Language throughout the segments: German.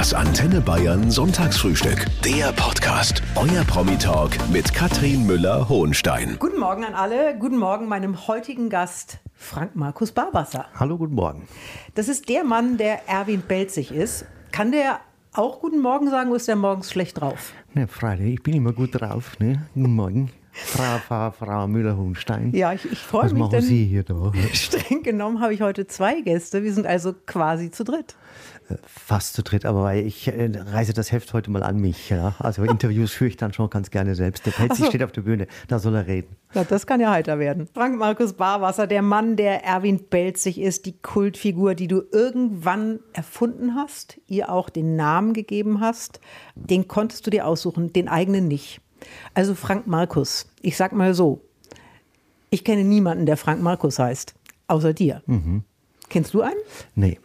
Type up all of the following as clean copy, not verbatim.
Das Antenne Bayern Sonntagsfrühstück. Der Podcast. Euer Promi-Talk mit Katrin Müller-Hohenstein. Guten Morgen an alle. Guten Morgen meinem heutigen Gast Frank Markus Barwasser. Hallo, guten Morgen. Das ist der Mann, der Erwin Belzig ist. Kann der auch guten Morgen sagen, oder ist der morgens schlecht drauf? Ne, freilich, ich bin immer gut drauf. Ne? Guten Morgen. Frau Müller-Hohenstein. Ja, ich freue mich. Was machen Sie hier da? Streng genommen habe ich heute 2 Gäste. Wir sind also quasi zu dritt. Fast zu dritt, aber ich reiße das Heft heute mal an mich. Ja? Also Interviews führe ich dann schon ganz gerne selbst. Der Pelzig steht auf der Bühne, da soll er reden. Ja, das kann ja heiter werden. Frank Markus Barwasser, der Mann, der Erwin Belzig ist, die Kultfigur, die du irgendwann erfunden hast, ihr auch den Namen gegeben hast, den konntest du dir aussuchen, den eigenen nicht. Also Frank Markus, ich sag mal so, ich kenne niemanden, der Frank Markus heißt, außer dir. Mhm. Kennst du einen? Nee,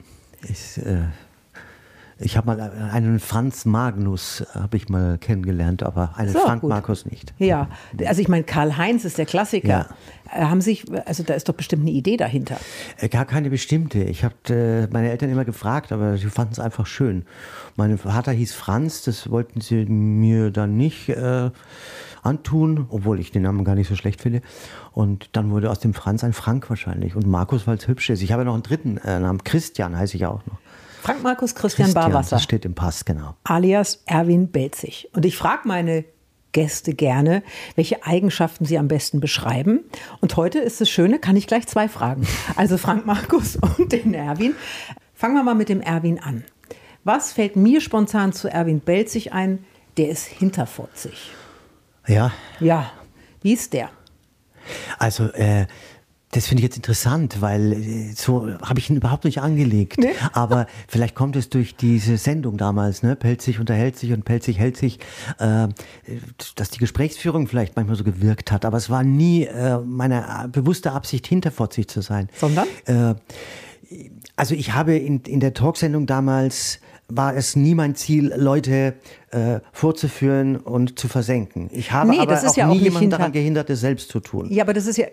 ich habe mal einen Franz Magnus habe ich mal kennengelernt, aber einen Frank Markus nicht. Ja, also ich meine, Karl-Heinz ist der Klassiker. Ja. Also da ist doch bestimmt eine Idee dahinter. Gar keine bestimmte. Ich habe meine Eltern immer gefragt, aber sie fanden es einfach schön. Mein Vater hieß Franz, das wollten sie mir dann nicht antun, obwohl ich den Namen gar nicht so schlecht finde. Und dann wurde aus dem Franz ein Frank wahrscheinlich. Und Markus, weil es hübsch ist. Ich habe noch einen dritten Namen, Christian heiße ich auch noch. Frank Markus Christian Barwasser. Das steht im Pass, genau. Alias Erwin Belzig. Und ich frage meine Gäste gerne, welche Eigenschaften sie am besten beschreiben. Und heute ist das Schöne, kann ich gleich 2 fragen. Also Frank Markus und den Erwin. Fangen wir mal mit dem Erwin an. Was fällt mir spontan zu Erwin Belzig ein? Der ist hinterfotzig. Ja. Ja, wie ist der? Also, das finde ich jetzt interessant, weil so habe ich ihn überhaupt nicht angelegt. Nee. Aber vielleicht kommt es durch diese Sendung damals, ne? Pelzig unterhält sich und Pelzig hält sich, dass die Gesprächsführung vielleicht manchmal so gewirkt hat. Aber es war nie meine bewusste Absicht, hinterfotzig zu sein. Sondern? Also ich habe in der Talksendung damals, war es nie mein Ziel, Leute vorzuführen und zu versenken. Ich habe aber auch ja nie jemanden daran gehindert, es selbst zu tun. Ja, aber das ist ja...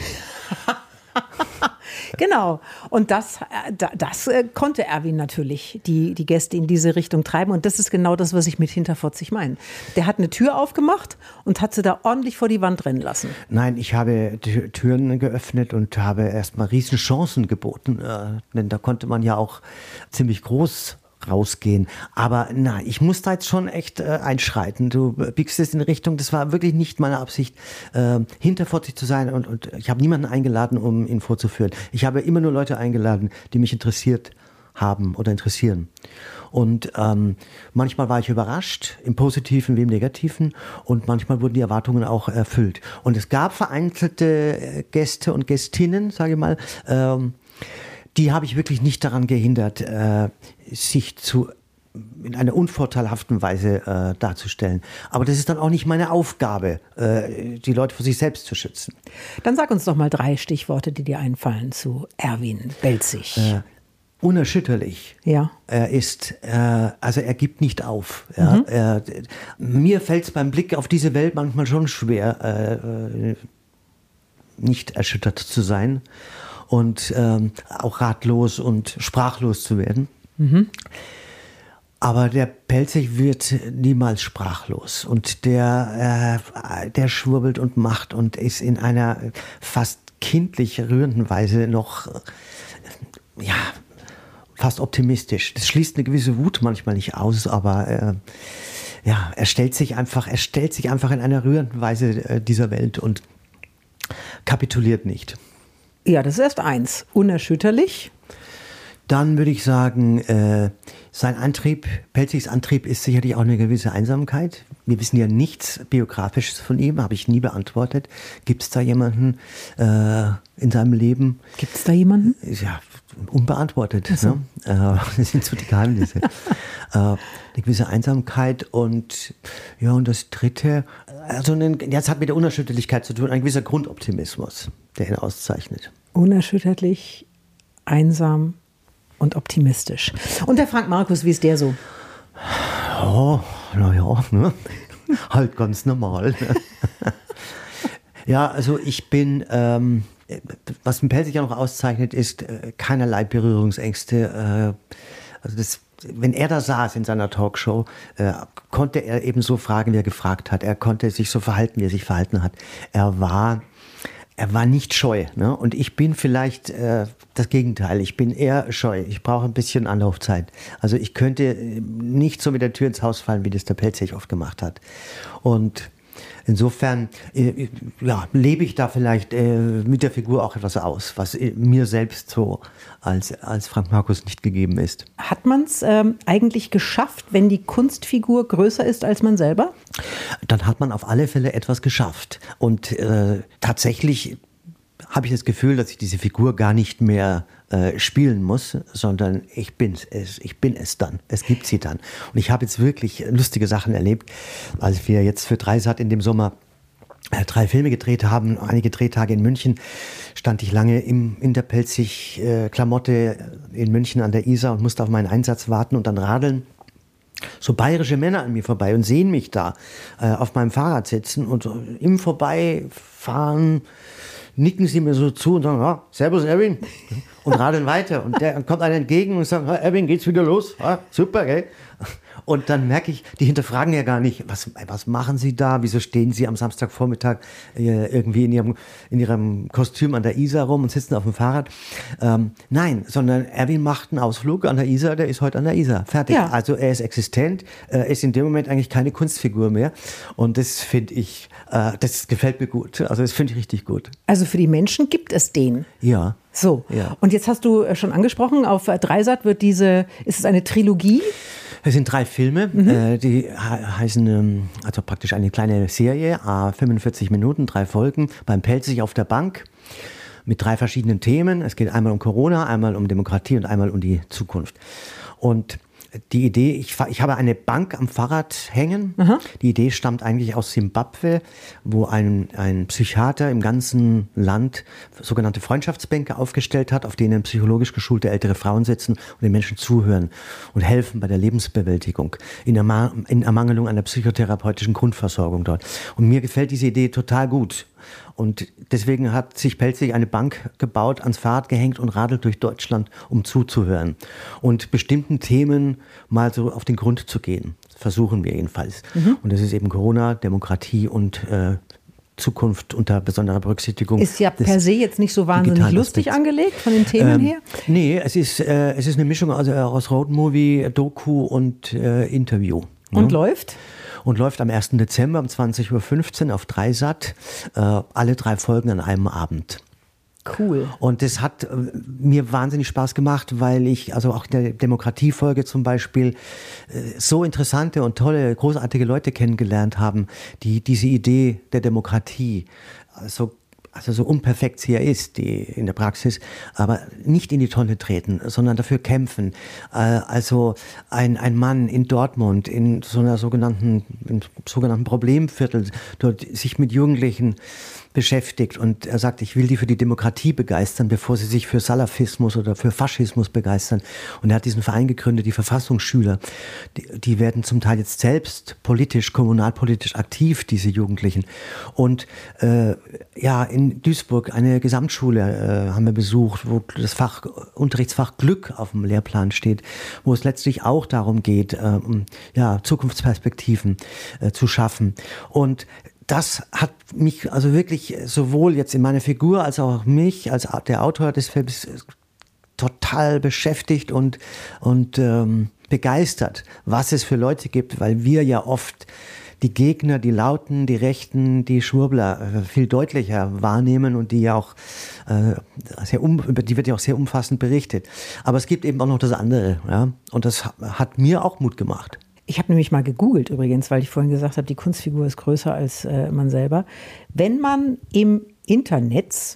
Genau. Und das konnte Erwin natürlich, die Gäste in diese Richtung treiben. Und das ist genau das, was ich mit hinterfotzig meine. Der hat eine Tür aufgemacht und hat sie da ordentlich vor die Wand rennen lassen. Nein, ich habe Türen geöffnet und habe erstmal riesen Chancen geboten. Denn da konnte man ja auch ziemlich groß rausgehen. Aber nein, ich muss da jetzt schon echt einschreiten. Du biegst es in Richtung, das war wirklich nicht meine Absicht, hinterfotzig zu sein und ich habe niemanden eingeladen, um ihn vorzuführen. Ich habe immer nur Leute eingeladen, die mich interessiert haben oder interessieren. Und manchmal war ich überrascht, im Positiven wie im Negativen, und manchmal wurden die Erwartungen auch erfüllt. Und es gab vereinzelte Gäste und Gästinnen, sage ich mal, die habe ich wirklich nicht daran gehindert, sich in einer unvorteilhaften Weise darzustellen. Aber das ist dann auch nicht meine Aufgabe, die Leute vor sich selbst zu schützen. Dann sag uns doch mal 3 Stichworte, die dir einfallen zu Erwin Belzig. Unerschütterlich. Ja. Er ist, also er gibt nicht auf. Ja. Mir fällt es beim Blick auf diese Welt manchmal schon schwer, nicht erschüttert zu sein. Und auch ratlos und sprachlos zu werden. Mhm. Aber der Pelzig wird niemals sprachlos. Und der schwurbelt und macht und ist in einer fast kindlich rührenden Weise noch, fast optimistisch. Das schließt eine gewisse Wut manchmal nicht aus, aber er stellt sich einfach in einer rührenden Weise dieser Welt und kapituliert nicht. Ja, das ist erst 1. Unerschütterlich. Dann würde ich sagen, sein Antrieb, Pelzigs Antrieb ist sicherlich auch eine gewisse Einsamkeit. Wir wissen ja nichts Biografisches von ihm, habe ich nie beantwortet. Gibt es da jemanden in seinem Leben? Gibt es da jemanden? Ja, unbeantwortet. So. Ne? Das sind so die Geheimnisse. Eine gewisse Einsamkeit und das Dritte, das hat mit der Unerschütterlichkeit zu tun, ein gewisser Grundoptimismus, der ihn auszeichnet. Unerschütterlich, einsam und optimistisch. Und der Frank Markus, wie ist der so? Oh, ne? Halt ganz normal. Ja, also ich bin, was den Pelzig ja noch auszeichnet, ist keinerlei Berührungsängste. Also wenn er da saß in seiner Talkshow, konnte er eben so fragen, wie er gefragt hat. Er konnte sich so verhalten, wie er sich verhalten hat. Er war nicht scheu. Ne? Und ich bin vielleicht das Gegenteil. Ich bin eher scheu. Ich brauche ein bisschen Anlaufzeit. Also ich könnte nicht so mit der Tür ins Haus fallen, wie das der Pelzig oft gemacht hat. Und insofern lebe ich da vielleicht mit der Figur auch etwas aus, was mir selbst so als Frank Markus nicht gegeben ist. Hat man es eigentlich geschafft, wenn die Kunstfigur größer ist als man selber? Dann hat man auf alle Fälle etwas geschafft. Und tatsächlich habe ich das Gefühl, dass ich diese Figur gar nicht mehr spielen muss, sondern ich bin es dann. Es gibt sie dann. Und ich habe jetzt wirklich lustige Sachen erlebt, als wir jetzt für Dreisat in dem Sommer 3 Filme gedreht haben, einige Drehtage in München, stand ich lange in der Pelzig-Klamotte in München an der Isar und musste auf meinen Einsatz warten und dann radeln so bayerische Männer an mir vorbei und sehen mich da auf meinem Fahrrad sitzen und im Vorbeifahren nicken sie mir so zu und sagen, ja, servus Erwin, und radeln weiter. Und der kommt einer entgegen und sagt, Erwin, geht's wieder los? Ja, super, gell? Und dann merke ich, die hinterfragen ja gar nicht, was machen Sie da? Wieso stehen Sie am Samstagvormittag irgendwie in Ihrem Kostüm an der Isar rum und sitzen auf dem Fahrrad? Nein, sondern Erwin macht einen Ausflug an der Isar, der ist heute an der Isar. Fertig. Ja. Also er ist existent, er ist in dem Moment eigentlich keine Kunstfigur mehr. Und das finde ich, das gefällt mir gut. Also das finde ich richtig gut. Also für die Menschen gibt es den. Ja. So. Ja. Und jetzt hast du schon angesprochen, auf Dreisat ist es eine Trilogie? Es sind 3 Filme, die heißen, also praktisch eine kleine Serie, 45 Minuten, 3 Folgen, beim Pelzig auf der Bank mit 3 verschiedenen Themen. Es geht einmal um Corona, einmal um Demokratie und einmal um die Zukunft. Und die Idee, ich habe eine Bank am Fahrrad hängen. Aha. Die Idee stammt eigentlich aus Simbabwe, wo ein Psychiater im ganzen Land sogenannte Freundschaftsbänke aufgestellt hat, auf denen psychologisch geschulte ältere Frauen sitzen und den Menschen zuhören und helfen bei der Lebensbewältigung in Ermangelung einer psychotherapeutischen Grundversorgung dort. Und mir gefällt diese Idee total gut. Und deswegen hat sich Pelzig eine Bank gebaut, ans Fahrrad gehängt und radelt durch Deutschland, um zuzuhören. Und bestimmten Themen mal so auf den Grund zu gehen. Das versuchen wir jedenfalls. Und das ist eben Corona, Demokratie und Zukunft unter besonderer Berücksichtigung. Ist ja per se jetzt nicht so wahnsinnig lustig angelegt von den Themen her? Nee, es ist eine Mischung aus Roadmovie, Doku und Interview. Und läuft? Und läuft am 1. Dezember um 20.15 Uhr auf Dreisat, alle 3 Folgen an einem Abend. Cool. Und das hat mir wahnsinnig Spaß gemacht, weil ich, also auch der Demokratiefolge zum Beispiel, so interessante und tolle, großartige Leute kennengelernt haben, die diese Idee der Demokratie so unperfekt sie ja ist, die in der Praxis, aber nicht in die Tonne treten, sondern dafür kämpfen. Also ein Mann in Dortmund, in so einer sogenannten Problemviertel, dort sich mit Jugendlichen beschäftigt und er sagt, ich will die für die Demokratie begeistern, bevor sie sich für Salafismus oder für Faschismus begeistern. Und er hat diesen Verein gegründet, die Verfassungsschüler. Die werden zum Teil jetzt selbst kommunalpolitisch aktiv, diese Jugendlichen. Und in Duisburg eine Gesamtschule haben wir besucht, wo das Unterrichtsfach Glück auf dem Lehrplan steht, wo es letztlich auch darum geht, Zukunftsperspektiven zu schaffen. Und das hat mich also wirklich sowohl jetzt in meiner Figur als auch mich als der Autor des Films total beschäftigt und begeistert, was es für Leute gibt, weil wir ja oft die Gegner, die Lauten, die Rechten, die Schwurbler viel deutlicher wahrnehmen und die ja auch über die wird ja auch sehr umfassend berichtet. Aber es gibt eben auch noch das andere, ja, und das hat mir auch Mut gemacht. Ich habe nämlich mal gegoogelt übrigens, weil ich vorhin gesagt habe, die Kunstfigur ist größer als man selber. Wenn man im Internet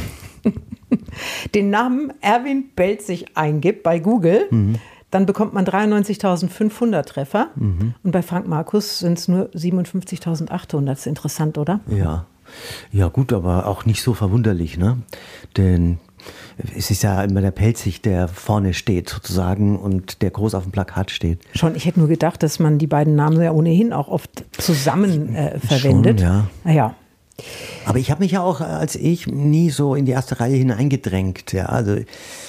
den Namen Erwin Belzig eingibt bei Google, dann bekommt man 93.500 Treffer. Und bei Frank Markus sind es nur 57.800. Das ist interessant, oder? Ja gut, aber auch nicht so verwunderlich, ne? Denn es ist ja immer der Pelzig, der vorne steht sozusagen und der groß auf dem Plakat steht. Schon, ich hätte nur gedacht, dass man die beiden Namen ja ohnehin auch oft zusammen verwendet. Schon, ja. Naja. Aber ich habe mich ja auch als ich nie so in die erste Reihe hineingedrängt. Ja, also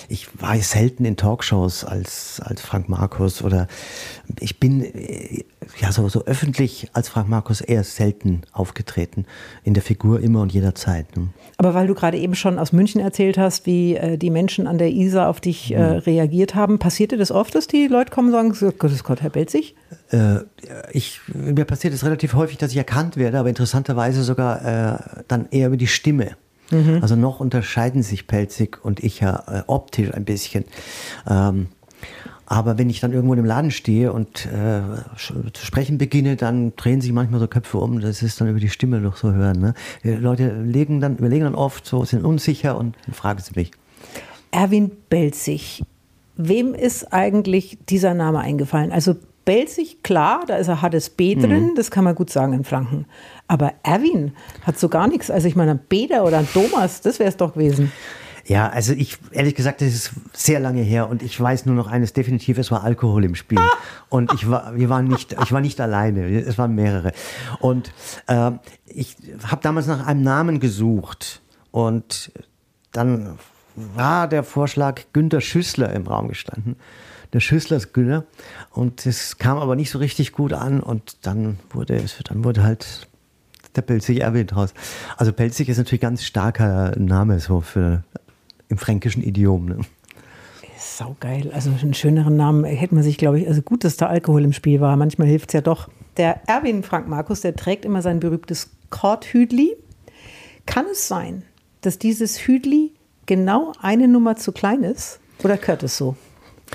ich war selten in Talkshows als Frank Markus oder ich bin so öffentlich als Frank Markus eher selten aufgetreten. In der Figur immer und jederzeit. Ne? Aber weil du gerade eben schon aus München erzählt hast, wie die Menschen an der Isar auf dich reagiert haben, passierte das oft, dass die Leute kommen und sagen, Gottes Gott, Herr Belzig? Mir passiert es relativ häufig, dass ich erkannt werde, aber interessanterweise sogar dann eher über die Stimme. Also noch unterscheiden sich Pelzig und ich ja optisch ein bisschen. Aber wenn ich dann irgendwo im Laden stehe und zu sprechen beginne, dann drehen sich manchmal so Köpfe um. Das ist dann über die Stimme noch so hören. Ne? Die Leute überlegen dann oft so, sind unsicher und dann fragen sie mich. Erwin Belzig, wem ist eigentlich dieser Name eingefallen? Also Belzig, klar, da ist ein hartes B drin, das kann man gut sagen in Franken. Aber Erwin hat so gar nichts. Also ich meine, ein Beder oder ein Thomas, das wäre es doch gewesen. Ja, also ehrlich gesagt, das ist sehr lange her und ich weiß nur noch eines definitiv, es war Alkohol im Spiel. Und ich war nicht alleine, es waren mehrere. Und ich habe damals nach einem Namen gesucht und dann war der Vorschlag Günter Schüssler im Raum gestanden. Der Schüsslers Günter. Und es kam aber nicht so richtig gut an und dann wurde halt der Pelzig Erwin draus. Also Pelzig ist natürlich ein ganz starker Name so im fränkischen Idiom. Ne? Saugeil. Also einen schöneren Namen hätte man sich, glaube ich, also gut, dass da Alkohol im Spiel war. Manchmal hilft es ja doch. Der Erwin Frank Markus, der trägt immer sein berühmtes Kordhütli. Kann es sein, dass dieses Hütli genau eine Nummer zu klein ist? Oder gehört es so?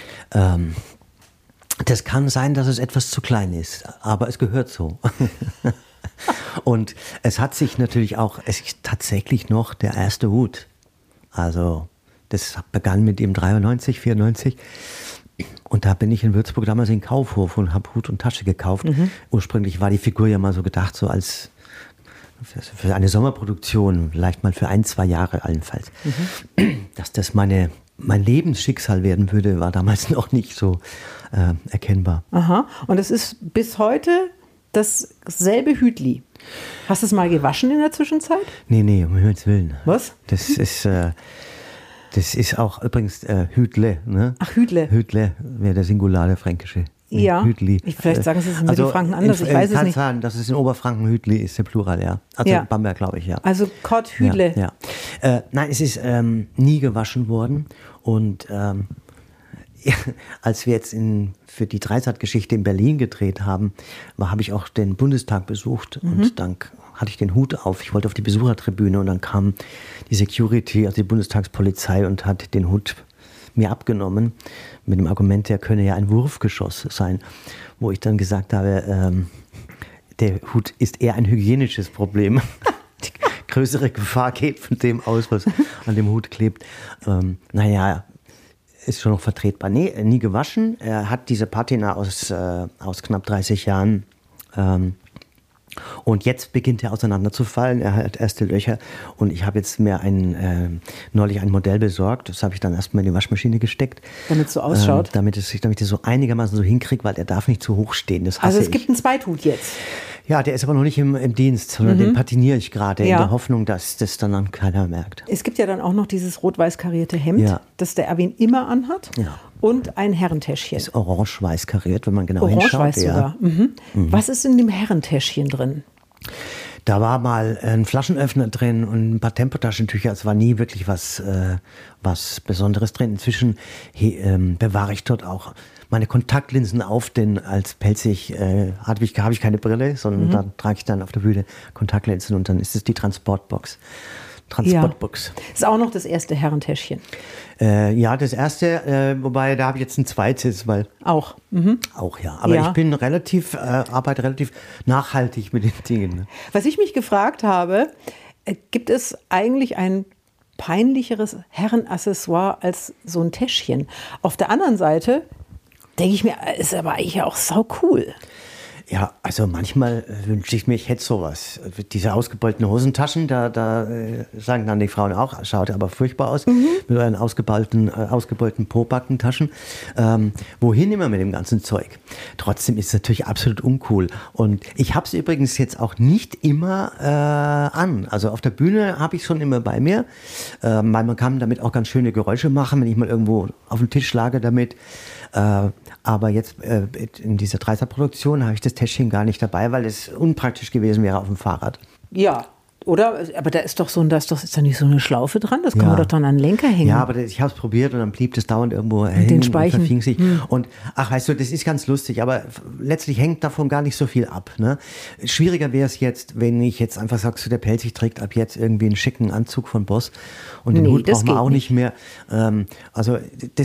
Das kann sein, dass es etwas zu klein ist, aber es gehört so. Und es hat sich natürlich auch, es ist tatsächlich noch der erste Hut. Also das begann mit dem 93, 94. Und da bin ich in Würzburg damals in den Kaufhof und habe Hut und Tasche gekauft. Ursprünglich war die Figur ja mal so gedacht, so als für eine Sommerproduktion, vielleicht mal für 1-2 Jahre allenfalls. Dass das mein Lebensschicksal werden würde, war damals noch nicht so erkennbar. Aha, und es ist bis heute dasselbe Hütli. Hast du es mal gewaschen in der Zwischenzeit? Nee, um Himmels Willen. Was? Das ist auch übrigens Hütle. Ne? Ach, Hütle. Hütle wäre der Singular, der fränkische. Ja, Hütli. Vielleicht sagen Sie es in Mittelfranken anders, ich weiß es nicht. Sagen, dass es in Oberfranken Hütli ist, der Plural, ja. Also ja. Bamberg, glaube ich, ja. Also Kordhütle. Ja. Nein, es ist nie gewaschen worden und als wir jetzt für die Dreisat-Geschichte in Berlin gedreht haben, habe ich auch den Bundestag besucht und dann hatte ich den Hut auf. Ich wollte auf die Besuchertribüne und dann kam die Security, also die Bundestagspolizei und hat den Hut mir abgenommen mit dem Argument, der könne ja ein Wurfgeschoss sein, wo ich dann gesagt habe, der Hut ist eher ein hygienisches Problem. Die größere Gefahr geht von dem aus, was an dem Hut klebt. Ist schon noch vertretbar. Nee, nie gewaschen. Er hat diese Patina aus knapp 30 Jahren. Und jetzt beginnt er auseinanderzufallen. Er hat erste Löcher. Und ich habe jetzt mir neulich ein Modell besorgt. Das habe ich dann erstmal in die Waschmaschine gesteckt. Damit es so ausschaut? Damit ich so einigermaßen so hinkriege, weil er darf nicht zu hoch stehen. Das hasse also es gibt einen Zweithut jetzt? Ja, der ist aber noch nicht im Dienst, sondern den patiniere ich gerade in der Hoffnung, dass das dann keiner merkt. Es gibt ja dann auch noch dieses rot-weiß karierte Hemd, das der Erwin immer anhat. Ja. Und ein Herrentäschchen. Ist orange-weiß kariert, wenn man genau hinschaut. Orange-weiß sogar. Was ist in dem Herrentäschchen drin? Da war mal ein Flaschenöffner drin und ein paar Tempotaschentücher. Es war nie wirklich was Besonderes drin. Inzwischen bewahre ich dort auch meine Kontaktlinsen auf, denn als Pelzig habe ich keine Brille, sondern da trage ich dann auf der Bühne Kontaktlinsen und dann ist es die Transportbox. Ja. Ist auch noch das erste Herrentäschchen. Ja, das erste, wobei da habe ich jetzt ein zweites, weil... Auch? Auch, ja. Aber ich bin arbeite relativ nachhaltig mit den Dingen. Ne? Was ich mich gefragt habe, gibt es eigentlich ein peinlicheres Herrenaccessoire als so ein Täschchen? Auf der anderen Seite denke ich mir, ist aber eigentlich auch sau cool. Ja, also manchmal wünsche ich mir, ich hätte sowas. Diese ausgebeulten Hosentaschen, da sagen dann die Frauen auch, schaut aber furchtbar aus, mit euren ausgebeulten Pobackentaschen. Wohin immer mit dem ganzen Zeug? Trotzdem ist es natürlich absolut uncool. Und ich habe es übrigens jetzt auch nicht immer an. Also auf der Bühne habe ich es schon immer bei mir, weil man kann damit auch ganz schöne Geräusche machen, wenn ich mal irgendwo auf den Tisch schlage damit. Aber jetzt in dieser Dreiser-Produktion habe ich das Täschchen gar nicht dabei, weil es unpraktisch gewesen wäre auf dem Fahrrad. Ja, oder? Aber da ist doch ist da nicht so eine Schlaufe dran? Das kann man doch dann an den Lenker hängen. Ja, aber ich habe es probiert und dann blieb das dauernd irgendwo hängen und verfing sich. Und weißt du, das ist ganz lustig, aber letztlich hängt davon gar nicht so viel ab. Ne? Schwieriger wäre es jetzt, wenn ich jetzt einfach sage, so der Pelzig trägt ab jetzt irgendwie einen schicken Anzug von Boss und den Hut braucht man auch nicht mehr. Also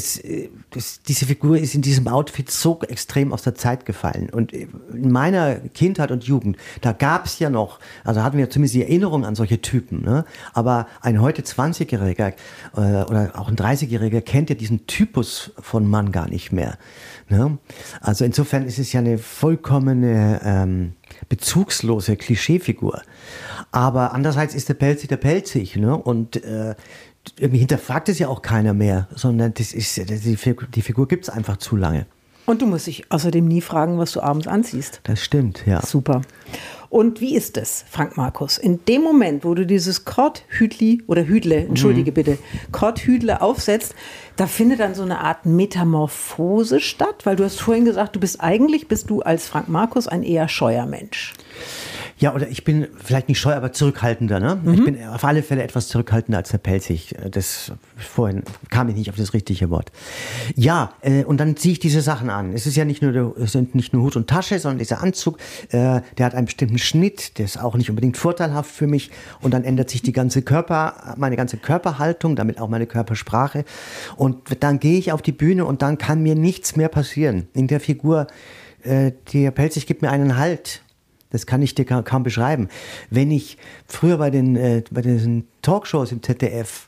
diese Figur ist in diesem Outfit so extrem aus der Zeit gefallen. Und in meiner Kindheit und Jugend, da gab es ja noch, also hatten wir zumindest die Erinnerung an solche Typen. Ne? Aber ein heute 20-Jähriger oder auch ein 30-Jähriger kennt ja diesen Typus von Mann gar nicht mehr. Ne? Also insofern ist es ja eine vollkommene bezugslose Klischeefigur. Aber andererseits ist der Pelzig. Ne? Und irgendwie hinterfragt es ja auch keiner mehr, sondern die Figur gibt es einfach zu lange. Und du musst dich außerdem nie fragen, was du abends anziehst. Das stimmt, ja. Super. Und wie ist es, Frank Markus, in dem Moment, wo du dieses Kord-Hütli oder Hüdle, entschuldige bitte, Kord-Hüdle aufsetzt, da findet dann so eine Art Metamorphose statt? Weil du hast vorhin gesagt, bist du als Frank Markus ein eher scheuer Mensch. Ja, oder ich bin vielleicht nicht scheu, aber zurückhaltender. Ne? Ich bin auf alle Fälle etwas zurückhaltender als der Pelzig. Vorhin kam ich nicht auf das richtige Wort. Ja, und dann ziehe ich diese Sachen an. Es sind nicht nur Hut und Tasche, sondern dieser Anzug, der hat einen bestimmten Schnitt, der ist auch nicht unbedingt vorteilhaft für mich. Und dann ändert sich meine ganze Körperhaltung, damit auch meine Körpersprache. Und dann gehe ich auf die Bühne und dann kann mir nichts mehr passieren. In der Figur, der Pelzig gibt mir einen Halt. Das kann ich dir kaum beschreiben. Wenn ich früher bei diesen Talkshows im ZDF,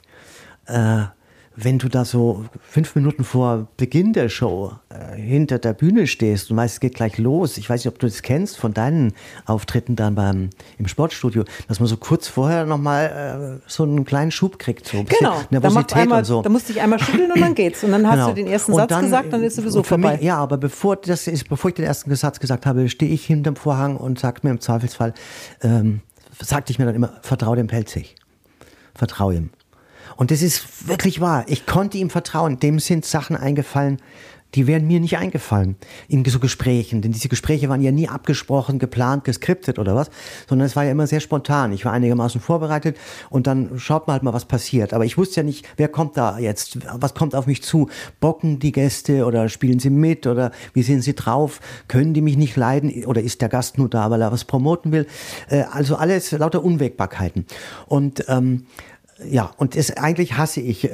wenn du da so 5 Minuten vor Beginn der Show hinter der Bühne stehst und weißt, es geht gleich los. Ich weiß nicht, ob du das kennst von deinen Auftritten dann im Sportstudio, dass man so kurz vorher nochmal so einen kleinen Schub kriegt. So ein bisschen Nervosität und so. Da musst du dich einmal schütteln und dann geht's. Und dann hast du den ersten Satz gesagt, dann ist sowieso vorbei. Ja, aber bevor ich den ersten Satz gesagt habe, stehe ich hinterm Vorhang und sage mir im Zweifelsfall, sagte ich mir dann immer, vertrau dem Pelzig. Vertrau ihm. Und das ist wirklich wahr. Ich konnte ihm vertrauen. Dem sind Sachen eingefallen, die wären mir nicht eingefallen in so Gesprächen. Denn diese Gespräche waren ja nie abgesprochen, geplant, geskriptet oder was, sondern es war ja immer sehr spontan. Ich war einigermaßen vorbereitet und dann schaut man halt mal, was passiert. Aber ich wusste ja nicht, wer kommt da jetzt, was kommt auf mich zu? Bocken die Gäste oder spielen sie mit oder wie sind sie drauf? Können die mich nicht leiden oder ist der Gast nur da, weil er was promoten will? Also alles lauter Unwägbarkeiten. Und ja, und eigentlich hasse ich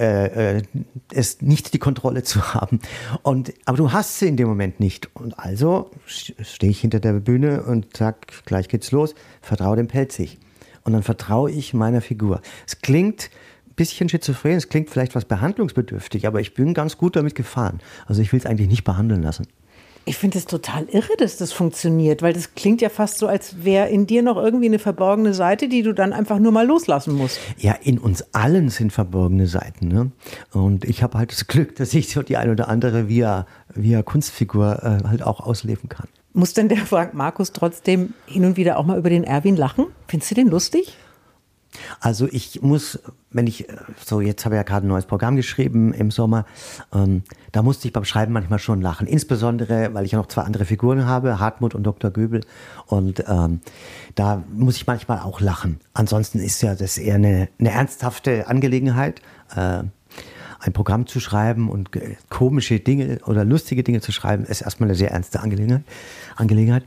es nicht, die Kontrolle zu haben. Aber du hast sie in dem Moment nicht. Und also stehe ich hinter der Bühne und sag, gleich geht's los, vertraue dem Pelzig. Und dann vertraue ich meiner Figur. Es klingt ein bisschen schizophren, es klingt vielleicht was behandlungsbedürftig, aber ich bin ganz gut damit gefahren. Also ich will es eigentlich nicht behandeln lassen. Ich finde es total irre, dass das funktioniert, weil das klingt ja fast so, als wäre in dir noch irgendwie eine verborgene Seite, die du dann einfach nur mal loslassen musst. Ja, in uns allen sind verborgene Seiten. Ne? Und ich habe halt das Glück, dass ich so die ein oder andere via Kunstfigur halt auch ausleben kann. Muss denn der Frank Markus trotzdem hin und wieder auch mal über den Erwin lachen? Findest du den lustig? Also ich muss, jetzt habe ich ja gerade ein neues Programm geschrieben im Sommer, da musste ich beim Schreiben manchmal schon lachen. Insbesondere, weil ich ja noch 2 andere Figuren habe, Hartmut und Dr. Göbel. Und da muss ich manchmal auch lachen. Ansonsten ist ja das eher eine ernsthafte Angelegenheit, ein Programm zu schreiben und komische Dinge oder lustige Dinge zu schreiben, ist erstmal eine sehr ernste Angelegenheit.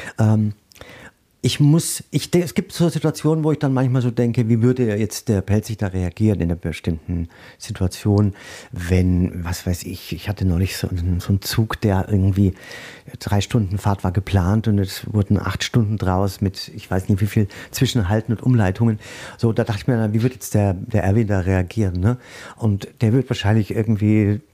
Es gibt so Situationen, wo ich dann manchmal so denke, wie würde jetzt der Pelzig da reagieren in einer bestimmten Situation, wenn, was weiß ich hatte neulich so einen Zug, der irgendwie 3 Stunden Fahrt war geplant und es wurden 8 Stunden draus mit, ich weiß nicht wie viel Zwischenhalten und Umleitungen. So, da dachte ich mir, wie wird jetzt der Erwin da reagieren, ne? Und der wird wahrscheinlich irgendwie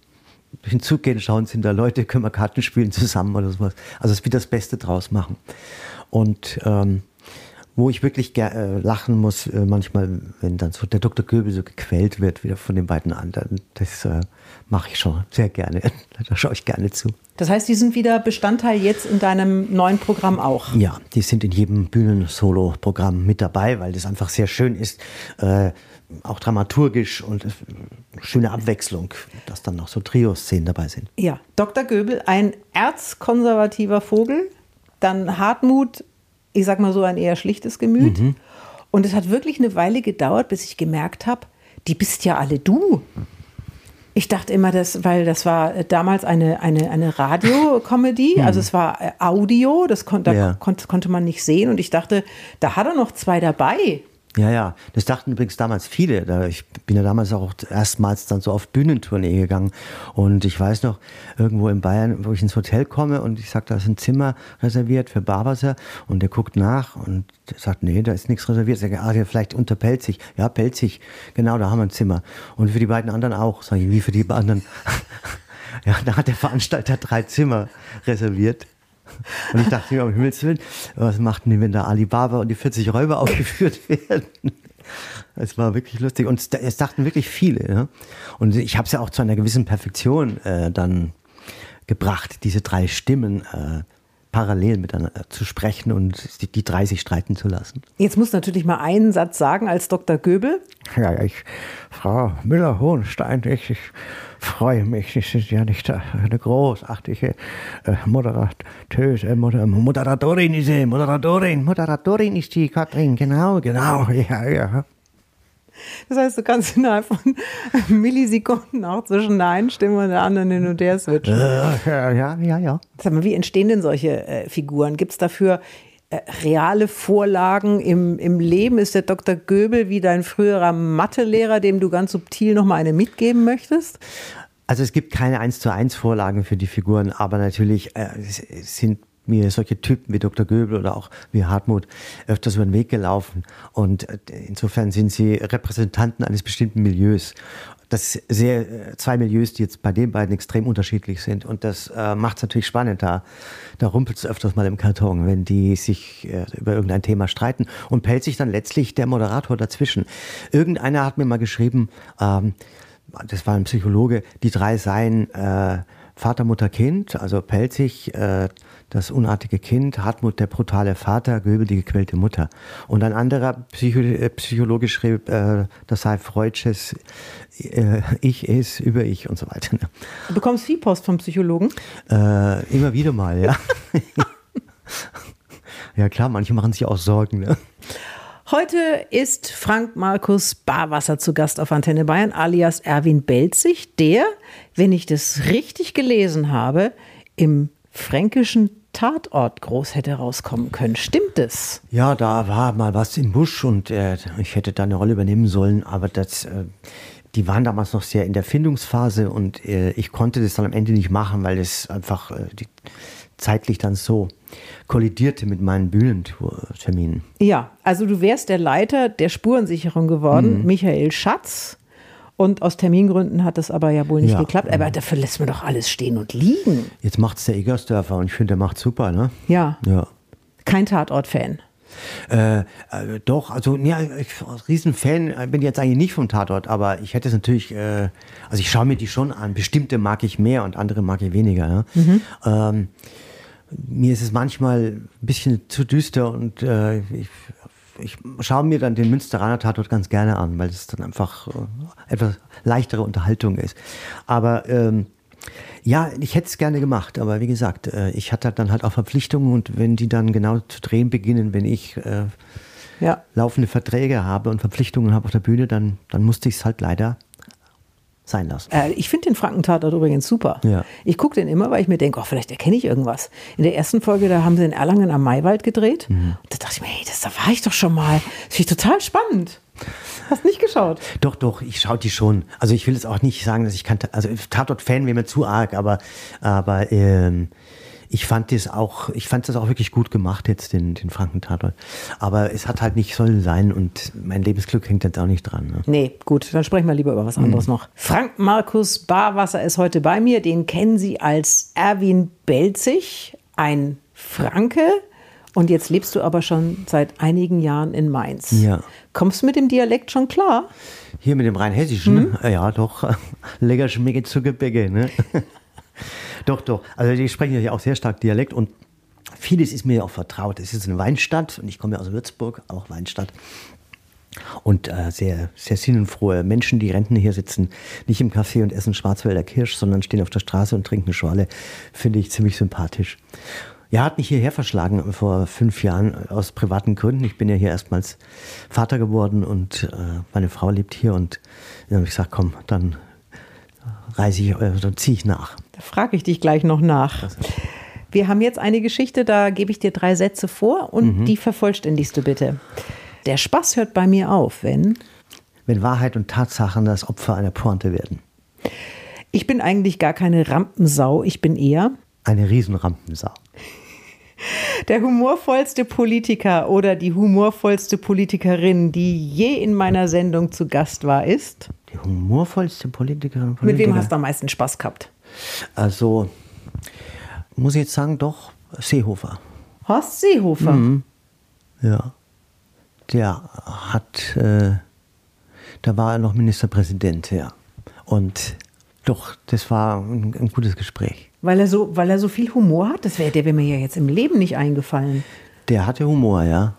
hinzugehen, schauen, sind da Leute, können wir Karten spielen zusammen oder sowas. Also es wird das Beste draus machen. Und wo ich wirklich lachen muss, manchmal, wenn dann so der Dr. Göbel so gequält wird, wieder von den beiden anderen, das mache ich schon sehr gerne. Da schaue ich gerne zu. Das heißt, die sind wieder Bestandteil jetzt in deinem neuen Programm auch? Ja, die sind in jedem Bühnen-Solo-Programm mit dabei, weil das einfach sehr schön ist, auch dramaturgisch und schöne Abwechslung, dass dann noch so Trio-Szenen dabei sind. Ja, Dr. Göbel, ein erzkonservativer Vogel, dann Hartmut, ich sag mal so ein eher schlichtes Gemüt. Und es hat wirklich eine Weile gedauert, bis ich gemerkt habe, die bist ja alle du. Ich dachte immer, weil das war damals eine Radio-Comedy, also es war Audio, das konnte man nicht sehen. Und ich dachte, da hat er noch 2 dabei. Ja, das dachten übrigens damals viele. Ich bin ja damals auch erstmals dann so auf Bühnentournee gegangen. Und ich weiß noch, irgendwo in Bayern, wo ich ins Hotel komme und ich sage, da ist ein Zimmer reserviert für Barwasser. Und der guckt nach und sagt, nee, da ist nichts reserviert. Ich sage, vielleicht unter Pelzig. Ja, Pelzig, genau, da haben wir ein Zimmer. Und für die beiden anderen auch. Sag ich, wie für die anderen? Ja, da hat der Veranstalter 3 Zimmer reserviert. Und ich dachte mir, um Himmels Willen, was macht denn, wenn da Alibaba und die 40 Räuber aufgeführt werden? Es war wirklich lustig. Und es dachten wirklich viele. Ja? Und ich habe es ja auch zu einer gewissen Perfektion dann gebracht, diese 3 Stimmen parallel miteinander zu sprechen und die 3 sich streiten zu lassen. Jetzt musst du natürlich mal einen Satz sagen als Dr. Göbel. Ja, Frau Müller-Hohenstein, ich freue mich. Sie sind ja nicht eine großartige Moderatorin ist die Katrin, genau, ja. Das heißt, du kannst innerhalb von Millisekunden auch zwischen der einen Stimme und der anderen hin und her switchen. Ja. Sag mal, wie entstehen denn solche Figuren? Gibt es dafür reale Vorlagen im Leben? Ist der Dr. Göbel wie dein früherer Mathelehrer, dem du ganz subtil noch mal eine mitgeben möchtest? Also es gibt keine 1:1 Vorlagen für die Figuren, aber natürlich sind mir solche Typen wie Dr. Göbel oder auch wie Hartmut öfters über den Weg gelaufen. Und insofern sind sie Repräsentanten eines bestimmten Milieus. Das sind 2 Milieus, die jetzt bei den beiden extrem unterschiedlich sind. Und das macht es natürlich spannend. Da rumpelt es öfters mal im Karton, wenn die sich über irgendein Thema streiten. Und Pelzig dann letztlich der Moderator dazwischen. Irgendeiner hat mir mal geschrieben, das war ein Psychologe, die 3 seien Vater, Mutter, Kind, also Pelzig, das unartige Kind, Hartmut, der brutale Vater, Göbel, die gequälte Mutter. Und ein anderer Psychologe schrieb, das sei Freudsches Ich ist über Ich und so weiter. Du bekommst viel Post vom Psychologen? Immer wieder mal, ja. Ja klar, manche machen sich auch Sorgen, ne? Heute ist Frank Markus Barwasser zu Gast auf Antenne Bayern, alias Erwin Belzig, der, wenn ich das richtig gelesen habe, im fränkischen Tatort groß hätte rauskommen können. Stimmt es? Ja, da war mal was im Busch und ich hätte da eine Rolle übernehmen sollen, aber die waren damals noch sehr in der Findungsphase und ich konnte das dann am Ende nicht machen, weil es einfach zeitlich dann so kollidierte mit meinen Bühnenterminen. Ja, also du wärst der Leiter der Spurensicherung geworden, Michael Schatz. Und aus Termingründen hat das aber ja wohl nicht geklappt. Aber dafür lässt man doch alles stehen und liegen. Jetzt macht's der Eggersdörfer und ich finde, der macht super, ne? Ja. Kein Tatort-Fan. Doch, also ja, Riesenfan bin ich jetzt eigentlich nicht vom Tatort, aber ich hätte es natürlich, also ich schaue mir die schon an. Bestimmte mag ich mehr und andere mag ich weniger. Ja? Mir ist es manchmal ein bisschen zu düster und ich schaue mir dann den Münsteraner Tatort ganz gerne an, weil es dann einfach etwas leichtere Unterhaltung ist. Aber ja, ich hätte es gerne gemacht, aber wie gesagt, ich hatte dann halt auch Verpflichtungen und wenn die dann genau zu drehen beginnen, wenn ich laufende Verträge habe und Verpflichtungen habe auf der Bühne, dann musste ich es halt leider sein lassen. Ich finde den Frankentatort übrigens super. Ja. Ich gucke den immer, weil ich mir denke, vielleicht erkenne ich irgendwas. In der ersten Folge, da haben sie in Erlangen am Maywald gedreht. Und da dachte ich mir, hey, da war ich doch schon mal. Das finde ich total spannend. Hast nicht geschaut? Doch, ich schaue die schon. Also ich will jetzt auch nicht sagen, dass ich kann, also Tatort-Fan wäre mir zu arg, aber Ich fand das auch wirklich gut gemacht jetzt, den Franken-Tatort. Aber es hat halt nicht sollen sein und mein Lebensglück hängt jetzt auch nicht dran. Ne? Nee, gut, dann sprechen wir lieber über was anderes noch. Frank Markus Barwasser ist heute bei mir. Den kennen Sie als Erwin Belzig, ein Franke. Und jetzt lebst du aber schon seit einigen Jahren in Mainz. Ja. Kommst du mit dem Dialekt schon klar? Hier mit dem Rheinhessischen? Ja, doch. Lecker schmecke zu Gebäcke, ne? Doch. Also die sprechen ja auch sehr stark Dialekt und vieles ist mir ja auch vertraut. Es ist eine Weinstadt und ich komme ja aus Würzburg, auch Weinstadt. Und sehr, sehr sinnenfrohe Menschen, die Rentner hier sitzen, nicht im Café und essen Schwarzwälder Kirsch, sondern stehen auf der Straße und trinken eine Schorle, finde ich ziemlich sympathisch. Ja, hat mich hierher verschlagen vor 5 Jahren aus privaten Gründen. Ich bin ja hier erstmals Vater geworden und meine Frau lebt hier und dann habe ich gesagt, komm, dann dann ziehe ich nach. Da frage ich dich gleich noch nach. Wir haben jetzt eine Geschichte, da gebe ich dir 3 Sätze vor und die vervollständigst du bitte. Der Spaß hört bei mir auf, wenn Wahrheit und Tatsachen das Opfer einer Pointe werden. Ich bin eigentlich gar keine Rampensau, ich bin eher eine Riesenrampensau. Der humorvollste Politiker oder die humorvollste Politikerin, die je in meiner Sendung zu Gast war, ist? Die humorvollste Politikerin. Mit wem hast du am meisten Spaß gehabt? Also, muss ich jetzt sagen, doch Seehofer. Horst Seehofer? Mhm. Ja. Der hat, da war er noch Ministerpräsident, ja. Und doch, das war ein gutes Gespräch. Weil er so viel Humor hat? Der wäre mir ja jetzt im Leben nicht eingefallen. Der hatte Humor, ja.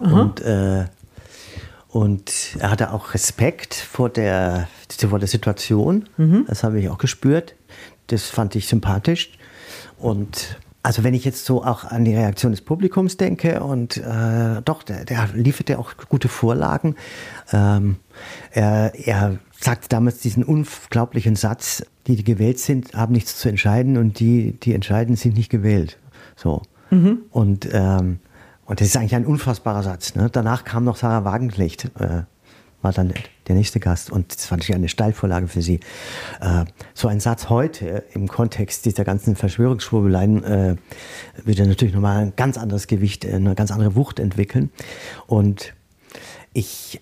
Und er hatte auch Respekt vor der Situation. Das habe ich auch gespürt. Das fand ich sympathisch. Und also wenn ich jetzt so auch an die Reaktion des Publikums denke und doch, der lieferte auch gute Vorlagen. Er sagte damals diesen unglaublichen Satz, die gewählt sind, haben nichts zu entscheiden und die entscheiden, sind nicht gewählt. So. Und das ist eigentlich ein unfassbarer Satz. Ne? Danach kam noch Sarah Wagenknecht, war dann der nächste Gast und das fand ich eine Steilvorlage für sie. So ein Satz heute im Kontext dieser ganzen Verschwörungsschwurbeleien würde natürlich nochmal ein ganz anderes Gewicht, eine ganz andere Wucht entwickeln. Und ich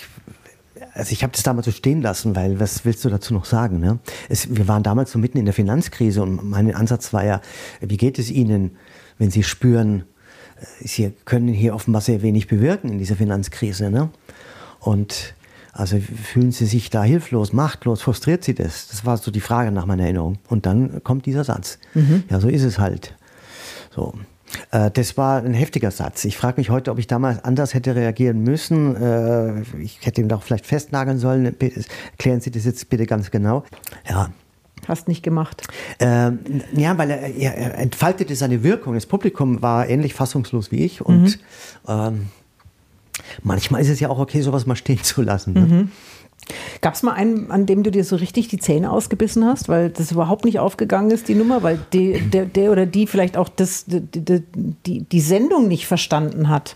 habe das damals so stehen lassen, weil was willst du dazu noch sagen? Ne? Wir waren damals so mitten in der Finanzkrise und mein Ansatz war ja, wie geht es Ihnen, wenn Sie spüren, Sie können hier offenbar sehr wenig bewirken in dieser Finanzkrise. Ne? Und also fühlen Sie sich da hilflos, machtlos, frustriert Sie das? Das war so die Frage nach meiner Erinnerung. Und dann kommt dieser Satz. Ja, so ist es halt. So. Das war ein heftiger Satz. Ich frage mich heute, ob ich damals anders hätte reagieren müssen. Ich hätte ihn doch vielleicht festnageln sollen. Erklären Sie das jetzt bitte ganz genau. Ja. Hast nicht gemacht. Ja, weil er entfaltete seine Wirkung. Das Publikum war ähnlich fassungslos wie ich. Und manchmal ist es ja auch okay, sowas mal stehen zu lassen. Ne? Gab es mal einen, an dem du dir so richtig die Zähne ausgebissen hast, weil das überhaupt nicht aufgegangen ist, die Nummer, weil der oder die vielleicht auch die Sendung nicht verstanden hat?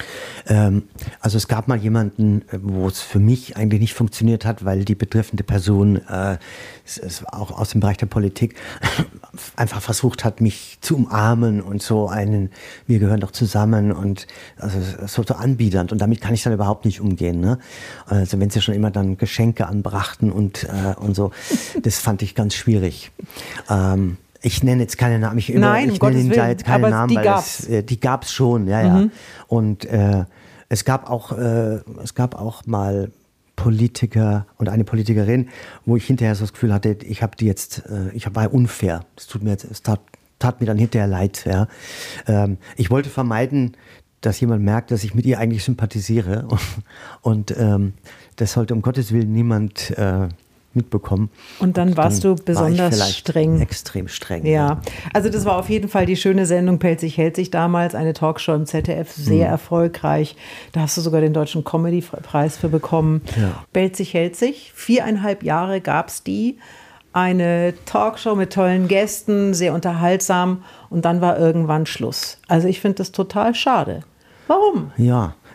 Also es gab mal jemanden, wo es für mich eigentlich nicht funktioniert hat, weil die betreffende Person auch aus dem Bereich der Politik einfach versucht hat, mich zu umarmen und so wir gehören doch zusammen und also so anbiedernd und damit kann ich dann überhaupt nicht umgehen. Ne? Also wenn sie schon immer dann Geschenke anbrachten und so, das fand ich ganz schwierig. Ich nenne jetzt keine Namen, ich nenne Ihnen da jetzt keine Namen, weil die gab es schon, ja. Und es gab auch mal Politiker und eine Politikerin, wo ich hinterher so das Gefühl hatte, ich war unfair. Es tat mir dann hinterher leid. Ja. Ich wollte vermeiden, dass jemand merkt, dass ich mit ihr eigentlich sympathisiere und das sollte um Gottes Willen niemand mitbekommen. Und dann warst du besonders streng. Extrem streng. Ja, also das war auf jeden Fall die schöne Sendung Pelzig hält sich damals, eine Talkshow im ZDF, sehr erfolgreich. Da hast du sogar den Deutschen Comedy-Preis für bekommen. Ja. Pelzig hält sich, 4,5 Jahre gab es die. Eine Talkshow mit tollen Gästen, sehr unterhaltsam und dann war irgendwann Schluss. Also ich finde das total schade. Warum? Ja,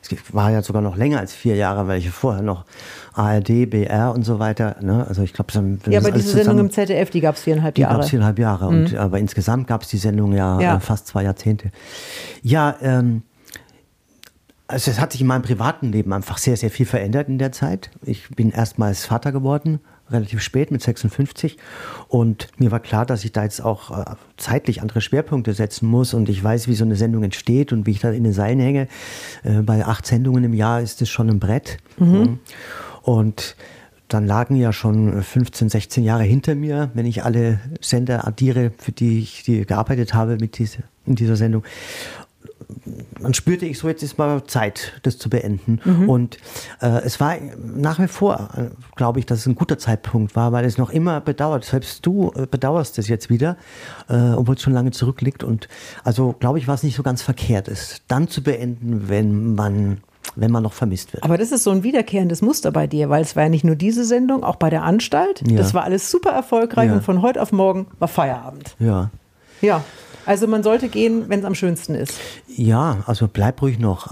Es war ja sogar noch länger als 4 Jahre, weil ich vorher noch ARD, BR und so weiter, ne? Also ich glaube, ja, aber diese Sendung im ZDF, die gab es 4,5 Jahre. Die gab es 4,5 Jahre, aber insgesamt gab es die Sendung fast 2 Jahrzehnte. Ja, also es hat sich in meinem privaten Leben einfach sehr, sehr viel verändert in der Zeit. Ich bin erstmals Vater geworden, relativ spät mit 56, und mir war klar, dass ich da jetzt auch zeitlich andere Schwerpunkte setzen muss, und ich weiß, wie so eine Sendung entsteht und wie ich da in den Seilen hänge. Bei 8 Sendungen im Jahr ist es schon ein Brett. Und dann lagen ja schon 15, 16 Jahre hinter mir, wenn ich alle Sender addiere, für die ich gearbeitet habe in dieser Sendung. Dann spürte ich so, jetzt ist mal Zeit, das zu beenden. Und es war nach wie vor, glaube ich, dass es ein guter Zeitpunkt war, weil es noch immer bedauert. Selbst du bedauerst es jetzt wieder, obwohl es schon lange zurückliegt. Und also, glaube ich, war es nicht so ganz verkehrt, es dann zu beenden, wenn man noch vermisst wird. Aber das ist so ein wiederkehrendes Muster bei dir, weil es war ja nicht nur diese Sendung, auch bei der Anstalt. Ja. Das war alles super erfolgreich und von heute auf morgen war Feierabend. Ja. Ja. Also man sollte gehen, wenn es am schönsten ist. Ja, also bleib ruhig noch,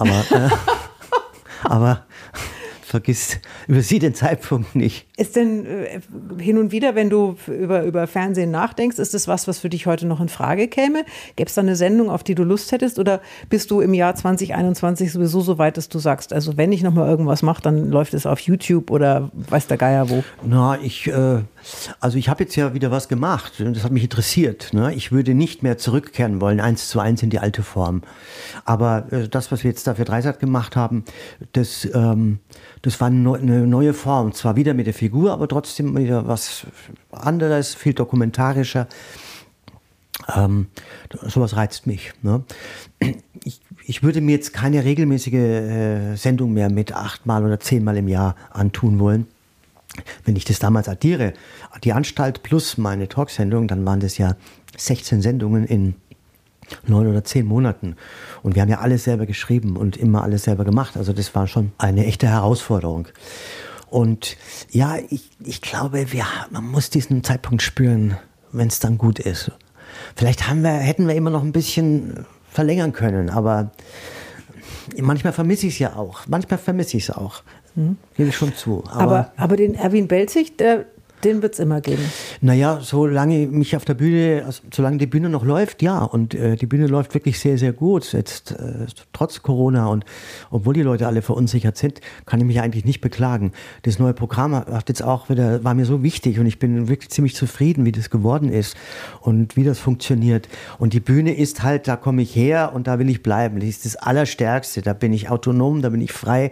aber übersieh den Zeitpunkt nicht. Ist denn hin und wieder, wenn du über Fernsehen nachdenkst, ist das was für dich heute noch in Frage käme? Gäbe es da eine Sendung, auf die du Lust hättest? Oder bist du im Jahr 2021 sowieso so weit, dass du sagst, also wenn ich noch mal irgendwas mache, dann läuft es auf YouTube oder weiß der Geier wo? Na, ich habe jetzt ja wieder was gemacht und das hat mich interessiert. Ne? Ich würde nicht mehr zurückkehren wollen, 1:1 in die alte Form. Aber das, was wir jetzt da für Dreisat gemacht haben, das war eine neue Form. Zwar wieder mit der Figur, aber trotzdem wieder was anderes, viel dokumentarischer. Sowas reizt mich. Ne? Ich würde mir jetzt keine regelmäßige Sendung mehr mit 8-mal oder 10-mal im Jahr antun wollen. Wenn ich das damals addiere, die Anstalt plus meine Talksendung, dann waren das ja 16 Sendungen in 9 oder 10 Monaten. Und wir haben ja alles selber geschrieben und immer alles selber gemacht. Also das war schon eine echte Herausforderung. Und ja, ich glaube, man muss diesen Zeitpunkt spüren, wenn es dann gut ist. Vielleicht hätten wir immer noch ein bisschen verlängern können, aber manchmal vermisse ich es ja auch. Gebe ich schon zu. Aber den Erwin Belzig, den wird es immer geben. Naja, solange mich auf der Bühne, solange die Bühne noch läuft, ja. Und die Bühne läuft wirklich sehr, sehr gut. Jetzt trotz Corona und obwohl die Leute alle verunsichert sind, kann ich mich eigentlich nicht beklagen. Das neue Programm war mir so wichtig und ich bin wirklich ziemlich zufrieden, wie das geworden ist und wie das funktioniert. Und die Bühne ist halt, da komme ich her und da will ich bleiben. Das ist das Allerstärkste. Da bin ich autonom, da bin ich frei.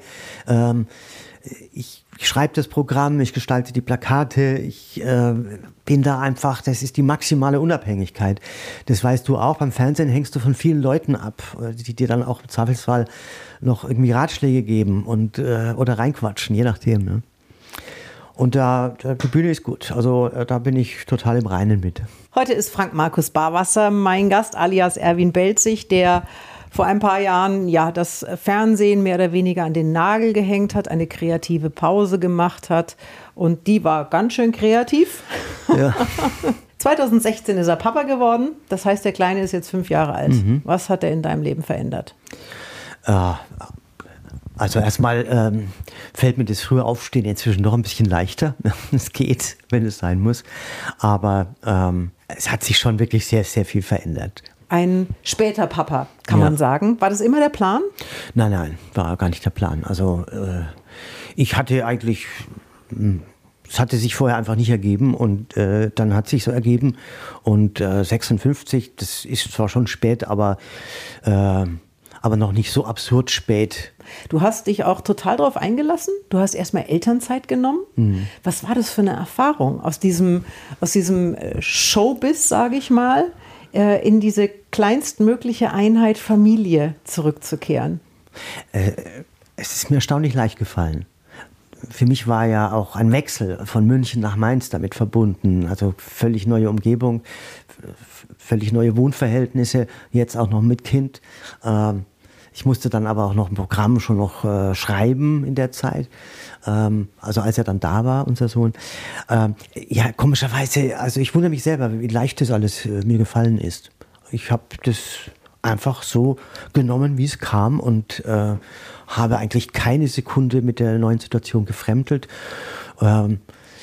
Ich schreibe das Programm, ich gestalte die Plakate, ich bin da einfach, das ist die maximale Unabhängigkeit. Das weißt du auch, beim Fernsehen hängst du von vielen Leuten ab, die dir dann auch im Zweifelsfall noch irgendwie Ratschläge geben oder reinquatschen, je nachdem. Ne? Und die Bühne ist gut, also da bin ich total im Reinen mit. Heute ist Frank Markus Barwasser mein Gast, alias Erwin Belzig, der vor ein paar Jahren das Fernsehen mehr oder weniger an den Nagel gehängt hat, eine kreative Pause gemacht hat und die war ganz schön kreativ. Ja. 2016 ist er Papa geworden, das heißt, der Kleine ist jetzt 5 Jahre alt. Was hat er in deinem Leben verändert? Also erstmal fällt mir das frühe Aufstehen inzwischen noch ein bisschen leichter. Es geht, wenn es sein muss, aber es hat sich schon wirklich sehr, sehr viel verändert. Ein später Papa, kann man sagen. War das immer der Plan? Nein, war gar nicht der Plan. Also ich hatte eigentlich, es hatte sich vorher einfach nicht ergeben und dann hat es sich so ergeben. Und 56, das ist zwar schon spät, aber noch nicht so absurd spät. Du hast dich auch total drauf eingelassen. Du hast erstmal Elternzeit genommen. Was war das für eine Erfahrung aus diesem Showbiz, sage ich mal, in diese kleinstmögliche Einheit Familie zurückzukehren? Es ist mir erstaunlich leicht gefallen. Für mich war ja auch ein Wechsel von München nach Mainz damit verbunden. Also völlig neue Umgebung, völlig neue Wohnverhältnisse, jetzt auch noch mit Kind. Ich musste dann aber auch noch ein Programm schon noch schreiben in der Zeit. Also als er dann da war, unser Sohn. Komischerweise, also ich wundere mich selber, wie leicht das alles mir gefallen ist. Ich habe das einfach so genommen, wie es kam und habe eigentlich keine Sekunde mit der neuen Situation gefremdelt. Habe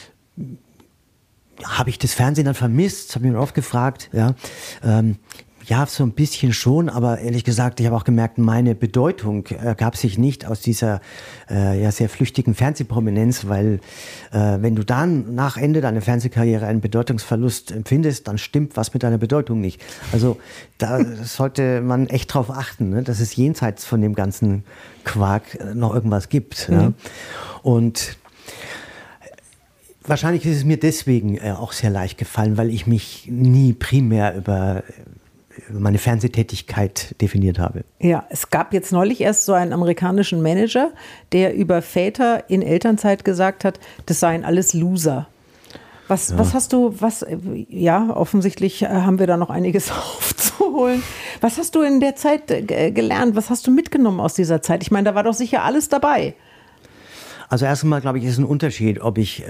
ich das Fernsehen dann vermisst? Das habe ich mir oft gefragt. Ja, ja, so ein bisschen schon, aber ehrlich gesagt, ich habe auch gemerkt, meine Bedeutung ergab sich nicht aus dieser sehr flüchtigen Fernsehprominenz, weil wenn du dann nach Ende deiner Fernsehkarriere einen Bedeutungsverlust empfindest, dann stimmt was mit deiner Bedeutung nicht. Also da sollte man echt drauf achten, ne, dass es jenseits von dem ganzen Quark noch irgendwas gibt. Ja? Und wahrscheinlich ist es mir deswegen auch sehr leicht gefallen, weil ich mich nie primär über meine Fernsehtätigkeit definiert habe. Ja, es gab jetzt neulich erst so einen amerikanischen Manager, der über Väter in Elternzeit gesagt hat, das seien alles Loser. Was hast du, offensichtlich haben wir da noch einiges aufzuholen. Was hast du in der Zeit gelernt? Was hast du mitgenommen aus dieser Zeit? Ich meine, da war doch sicher alles dabei. Also erst einmal, glaube ich, ist ein Unterschied, ob ich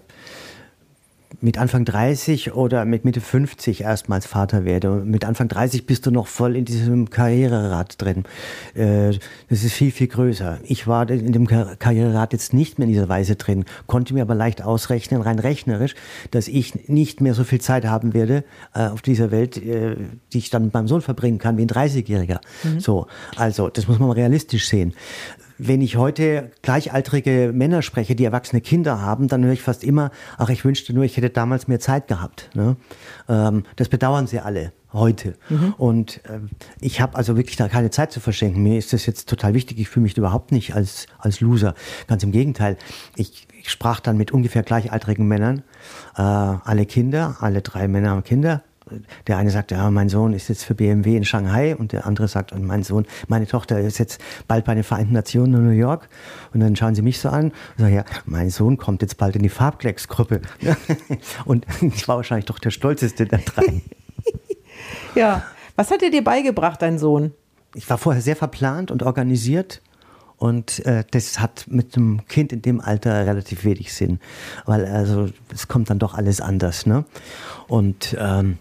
mit Anfang 30 oder mit Mitte 50 erstmals Vater werde. Und mit Anfang 30 bist du noch voll in diesem Karriererad drin. Das ist viel, viel größer. Ich war in dem Karriererad jetzt nicht mehr in dieser Weise drin, konnte mir aber leicht ausrechnen, rein rechnerisch, dass ich nicht mehr so viel Zeit haben werde auf dieser Welt, die ich dann mit meinem Sohn verbringen kann, wie ein 30-Jähriger. So, also das muss man mal realistisch sehen. Wenn ich heute gleichaltrige Männer spreche, die erwachsene Kinder haben, dann höre ich fast immer, ach, ich wünschte nur, ich hätte damals mehr Zeit gehabt. Ne? Das bedauern sie alle heute. Und ich habe also wirklich da keine Zeit zu verschenken. Mir ist das jetzt total wichtig. Ich fühle mich überhaupt nicht als Loser. Ganz im Gegenteil. Ich sprach dann mit ungefähr gleichaltrigen Männern, alle 3 Männer haben Kinder. Der eine sagt, ja, mein Sohn ist jetzt für BMW in Shanghai, und der andere sagt, meine Tochter ist jetzt bald bei den Vereinten Nationen in New York. Und dann schauen sie mich so an und sagen, ja, mein Sohn kommt jetzt bald in die Farbklecks-Gruppe. Und ich war wahrscheinlich doch der stolzeste der 3. Ja, was hat er dir beigebracht, dein Sohn? Ich war vorher sehr verplant und organisiert. Und das hat mit einem Kind in dem Alter relativ wenig Sinn, weil also es kommt dann doch alles anders, ne? Und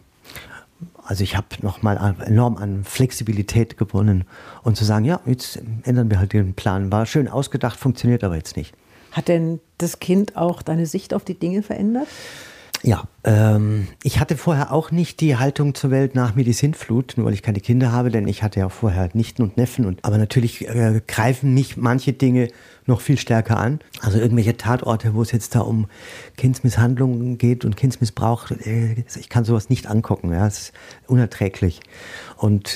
also ich habe nochmal enorm an Flexibilität gewonnen und zu sagen, ja, jetzt ändern wir halt den Plan. War schön ausgedacht, funktioniert aber jetzt nicht. Hat denn das Kind auch deine Sicht auf die Dinge verändert? Ja, ich hatte vorher auch nicht die Haltung zur Welt nach mir die Sintflut, nur weil ich keine Kinder habe, denn ich hatte ja vorher Nichten und Neffen. Aber natürlich greifen mich manche Dinge noch viel stärker an. Also irgendwelche Tatorte, wo es jetzt da um Kindsmisshandlungen geht und Kindsmissbrauch, ich kann sowas nicht angucken, ja, es ist unerträglich. Und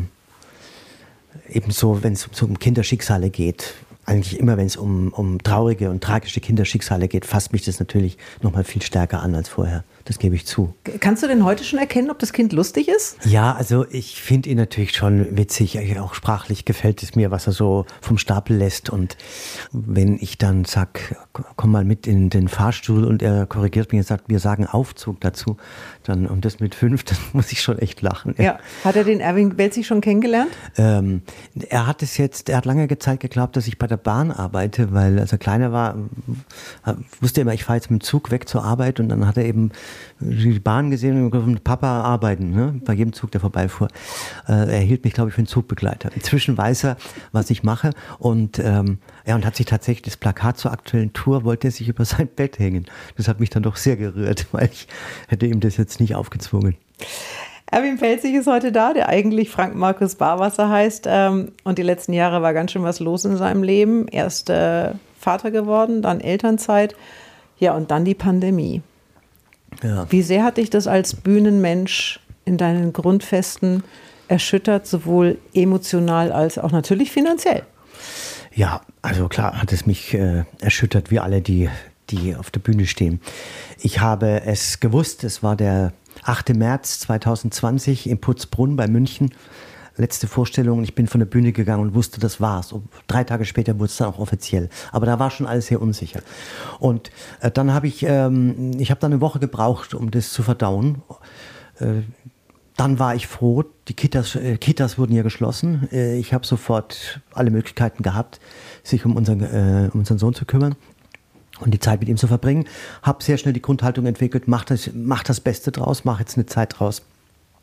ebenso, wenn es um Kinderschicksale geht, eigentlich immer, wenn es um traurige und tragische Kinderschicksale geht, fasst mich das natürlich noch mal viel stärker an als vorher. Das gebe ich zu. Kannst du denn heute schon erkennen, ob das Kind lustig ist? Ja, also ich finde ihn natürlich schon witzig. Auch sprachlich gefällt es mir, was er so vom Stapel lässt. Und wenn ich dann sag, komm mal mit in den Fahrstuhl und er korrigiert mich und sagt, wir sagen Aufzug dazu, dann, und das mit 5, dann muss ich schon echt lachen. Ja. Hat er den Erwin Belzig schon kennengelernt? Er hat lange Zeit geglaubt, dass ich bei der Bahn arbeite, weil als er kleiner war, wusste immer, ich fahre jetzt mit dem Zug weg zur Arbeit, und dann hat er eben die Bahn gesehen und gesagt, Papa arbeiten, ne? Bei jedem Zug, der vorbeifuhr. Er hielt mich, glaube ich, für einen Zugbegleiter. Inzwischen weiß er, was ich mache, und und hat sich tatsächlich das Plakat zur aktuellen Tour, wollte er sich über sein Bett hängen. Das hat mich dann doch sehr gerührt, weil ich hätte ihm das jetzt nicht aufgezwungen. Erwin Belzig ist heute da, der eigentlich Frank Markus Barwasser heißt, und die letzten Jahre war ganz schön was los in seinem Leben. Erst Vater geworden, dann Elternzeit, ja, und dann die Pandemie. Ja. Wie sehr hat dich das als Bühnenmensch in deinen Grundfesten erschüttert, sowohl emotional als auch natürlich finanziell? Ja, also klar hat es mich erschüttert, wie alle, die auf der Bühne stehen. Ich habe es gewusst, es war der 8. März 2020 in Putzbrunn bei München. Letzte Vorstellung, ich bin von der Bühne gegangen und wusste, das war's. Und 3 Tage später wurde es dann auch offiziell. Aber da war schon alles sehr unsicher. Und dann habe ich habe dann eine Woche gebraucht, um das zu verdauen. Dann war ich froh, die Kitas wurden ja geschlossen. Ich habe sofort alle Möglichkeiten gehabt, sich um unseren Sohn zu kümmern und die Zeit mit ihm zu verbringen. Habe sehr schnell die Grundhaltung entwickelt, mach das Beste draus, mach jetzt eine Zeit draus.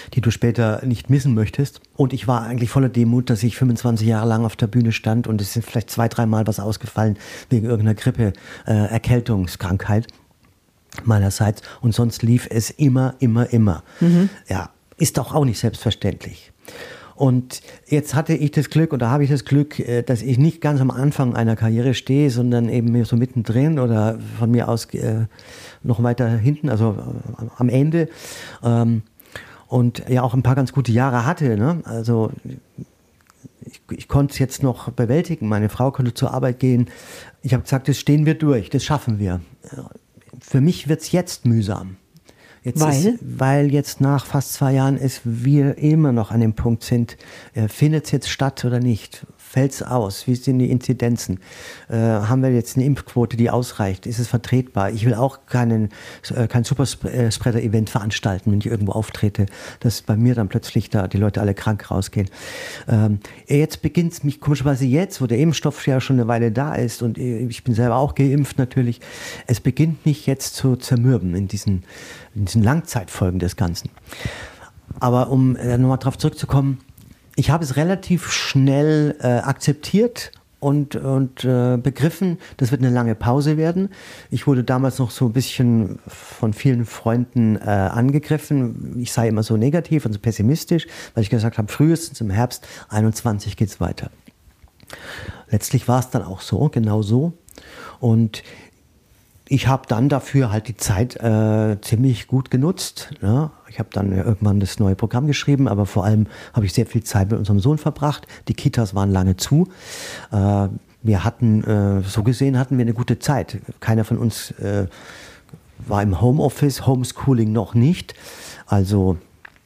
die du später nicht missen möchtest. Und ich war eigentlich voller Demut, dass ich 25 Jahre lang auf der Bühne stand und es sind vielleicht 2-3 Mal was ausgefallen wegen irgendeiner Grippe, Erkältungskrankheit meinerseits. Und sonst lief es immer. Ja, ist doch auch nicht selbstverständlich. Und jetzt hatte ich das Glück, oder habe ich das Glück, dass ich nicht ganz am Anfang einer Karriere stehe, sondern eben so mittendrin oder von mir aus noch weiter hinten, also am Ende. Und ja auch ein paar ganz gute Jahre hatte. Ne? Also ich konnte es jetzt noch bewältigen. Meine Frau konnte zur Arbeit gehen. Ich habe gesagt, das stehen wir durch, das schaffen wir. Für mich wird es jetzt mühsam. Weil jetzt nach fast 2 Jahren wir immer noch an dem Punkt sind, findet es jetzt statt oder nicht? Fällt es aus? Wie sind die Inzidenzen? Haben wir jetzt eine Impfquote, die ausreicht? Ist es vertretbar? Ich will auch kein Superspreader-Event veranstalten, wenn ich irgendwo auftrete, dass bei mir dann plötzlich da die Leute alle krank rausgehen. Jetzt beginnt es mich komischerweise wo der Impfstoff ja schon eine Weile da ist und ich bin selber auch geimpft natürlich, es beginnt mich jetzt zu zermürben in diesen Langzeitfolgen des Ganzen. Aber um nochmal drauf zurückzukommen, ich habe es relativ schnell akzeptiert und begriffen, das wird eine lange Pause werden. Ich wurde damals noch so ein bisschen von vielen Freunden angegriffen. Ich sei immer so negativ und so pessimistisch, weil ich gesagt habe, frühestens im Herbst 21 geht's weiter. Letztlich war es dann auch so, genau so. Und ich habe dann dafür halt die Zeit ziemlich gut genutzt. Ne? Ich habe dann irgendwann das neue Programm geschrieben, aber vor allem habe ich sehr viel Zeit mit unserem Sohn verbracht. Die Kitas waren lange zu. Wir hatten, so gesehen hatten wir eine gute Zeit. Keiner von uns war im Homeoffice, Homeschooling noch nicht. Also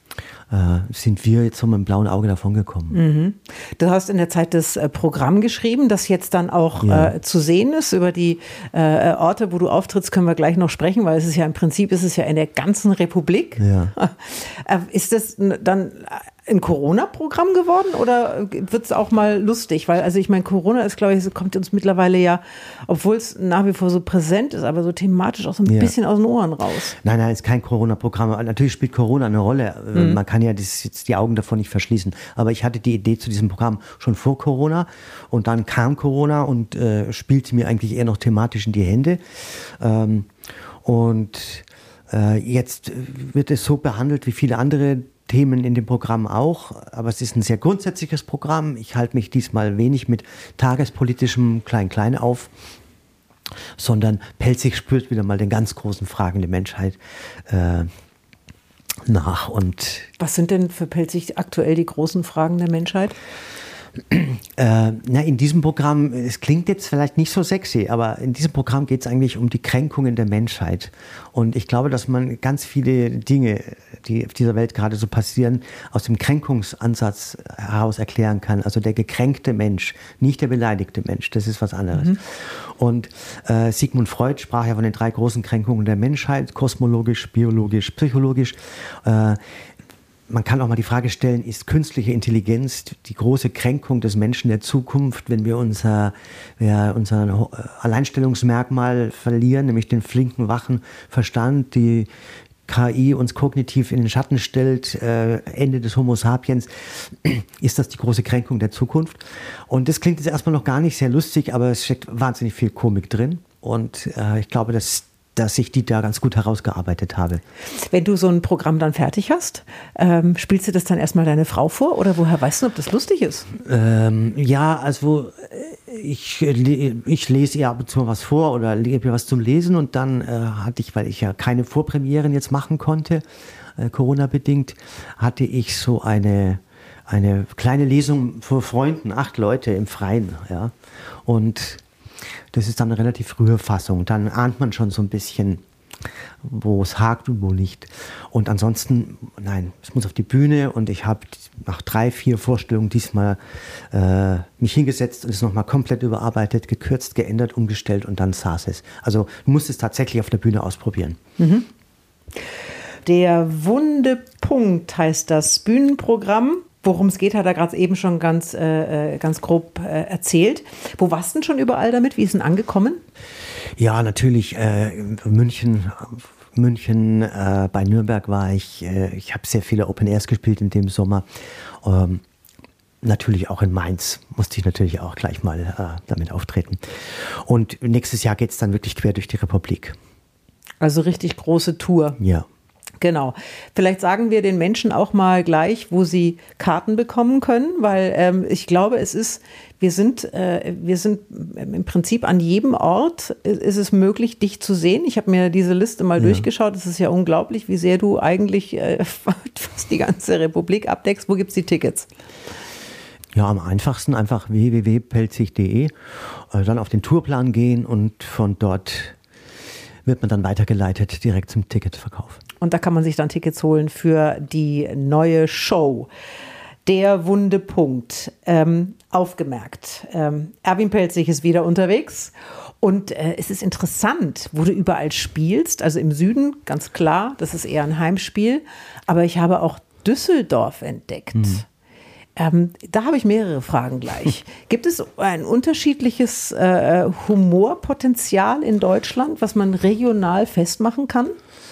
sind wir jetzt so mit dem blauen Auge davon gekommen. Mhm. Du hast in der Zeit das Programm geschrieben, das jetzt dann auch zu sehen ist. Über die Orte, wo du auftrittst, können wir gleich noch sprechen, weil im Prinzip ist es ja in der ganzen Republik. Ja. Ist das dann ein Corona-Programm geworden oder wird es auch mal lustig? Weil, also ich meine, Corona ist, glaube ich, kommt uns mittlerweile ja, obwohl es nach wie vor so präsent ist, aber so thematisch auch so ein bisschen aus den Ohren raus. Nein, es ist kein Corona-Programm. Natürlich spielt Corona eine Rolle. Man kann ja jetzt die Augen davon nicht verschließen. Aber ich hatte die Idee zu diesem Programm schon vor Corona und dann kam Corona und spielte mir eigentlich eher noch thematisch in die Hände. Jetzt wird es so behandelt wie viele andere Themen in dem Programm auch, aber es ist ein sehr grundsätzliches Programm. Ich halte mich diesmal wenig mit tagespolitischem Klein-Klein auf, sondern Pelzig spürt wieder mal den ganz großen Fragen der Menschheit nach. Und was sind denn für Pelzig aktuell die großen Fragen der Menschheit? In diesem Programm, es klingt jetzt vielleicht nicht so sexy, aber in diesem Programm geht es eigentlich um die Kränkungen der Menschheit. Und ich glaube, dass man ganz viele Dinge, die auf dieser Welt gerade so passieren, aus dem Kränkungsansatz heraus erklären kann. Also der gekränkte Mensch, nicht der beleidigte Mensch, das ist was anderes. Mhm. Und Sigmund Freud sprach ja von den 3 großen Kränkungen der Menschheit, kosmologisch, biologisch, psychologisch. Man kann auch mal die Frage stellen, ist künstliche Intelligenz die große Kränkung des Menschen der Zukunft, wenn wir unser Alleinstellungsmerkmal verlieren, nämlich den flinken, wachen Verstand, die KI uns kognitiv in den Schatten stellt, Ende des Homo sapiens, ist das die große Kränkung der Zukunft? Und das klingt jetzt erstmal noch gar nicht sehr lustig, aber es steckt wahnsinnig viel Komik drin. Und ich glaube, dass ich die da ganz gut herausgearbeitet habe. Wenn du so ein Programm dann fertig hast, spielst du das dann erstmal deine Frau vor oder woher weißt du, ob das lustig ist? Also ich lese ihr ab und zu mal was vor oder gebe ihr was zum Lesen und dann hatte ich, weil ich ja keine Vorpremieren jetzt machen konnte, Corona-bedingt, hatte ich so eine kleine Lesung vor Freunden, 8 Leute im Freien, ja, und das ist dann eine relativ frühe Fassung. Dann ahnt man schon so ein bisschen, wo es hakt und wo nicht. Und ansonsten, nein, es muss auf die Bühne und ich habe nach 3, 4 Vorstellungen diesmal mich hingesetzt und es nochmal komplett überarbeitet, gekürzt, geändert, umgestellt und dann saß es. Also du musst es tatsächlich auf der Bühne ausprobieren. Mhm. Der wunde Punkt heißt das Bühnenprogramm. Worum es geht, hat er gerade eben schon ganz grob erzählt. Wo warst du denn schon überall damit? Wie ist denn angekommen? Ja, natürlich München, München, bei Nürnberg war ich. Ich habe sehr viele Open Airs gespielt in dem Sommer. Natürlich auch in Mainz musste ich natürlich auch gleich mal damit auftreten. Und nächstes Jahr geht es dann wirklich quer durch die Republik. Also richtig große Tour. Ja. Genau. Vielleicht sagen wir den Menschen auch mal gleich, wo sie Karten bekommen können, weil ich glaube, wir sind im Prinzip an jedem Ort ist es möglich, dich zu sehen. Ich habe mir diese Liste mal durchgeschaut. Es ist ja unglaublich, wie sehr du eigentlich fast die ganze Republik abdeckst. Wo gibt es die Tickets? Ja, am einfachsten einfach www.pelzig.de, dann auf den Tourplan gehen und von dort wird man dann weitergeleitet direkt zum Ticketverkauf. Und da kann man sich dann Tickets holen für die neue Show. Der wunde Punkt. Aufgemerkt. Erwin Pelzig ist wieder unterwegs. Und es ist interessant, wo du überall spielst. Also im Süden, ganz klar, das ist eher ein Heimspiel. Aber ich habe auch Düsseldorf entdeckt. Da habe ich mehrere Fragen gleich. Gibt es ein unterschiedliches Humorpotenzial in Deutschland, was man regional festmachen kann?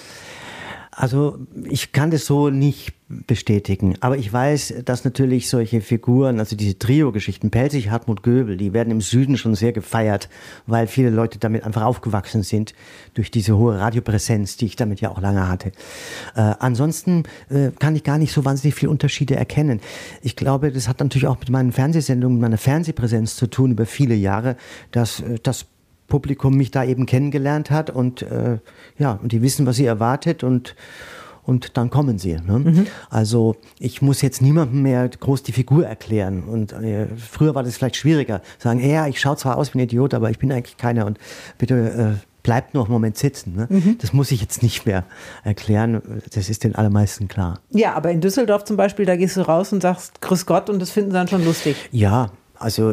Also ich kann das so nicht bestätigen, aber ich weiß, dass natürlich solche Figuren, also diese Trio-Geschichten, Pelzig, Hartmut, Göbel, die werden im Süden schon sehr gefeiert, weil viele Leute damit einfach aufgewachsen sind, durch diese hohe Radiopräsenz, die ich damit ja auch lange hatte. Ansonsten kann ich gar nicht so wahnsinnig viele Unterschiede erkennen. Ich glaube, das hat natürlich auch mit meinen Fernsehsendungen, meiner Fernsehpräsenz zu tun über viele Jahre, dass das Publikum mich da eben kennengelernt hat und und die wissen, was sie erwartet und dann kommen sie. Ne? Also ich muss jetzt niemandem mehr groß die Figur erklären und früher war das vielleicht schwieriger. Sagen, ja, ich schaue zwar aus wie ein Idiot, aber ich bin eigentlich keiner und bitte bleibt nur einen Moment sitzen. Ne? Das muss ich jetzt nicht mehr erklären, das ist den allermeisten klar. Ja, aber in Düsseldorf zum Beispiel, da gehst du raus und sagst Grüß Gott und das finden sie dann schon lustig. Ja, also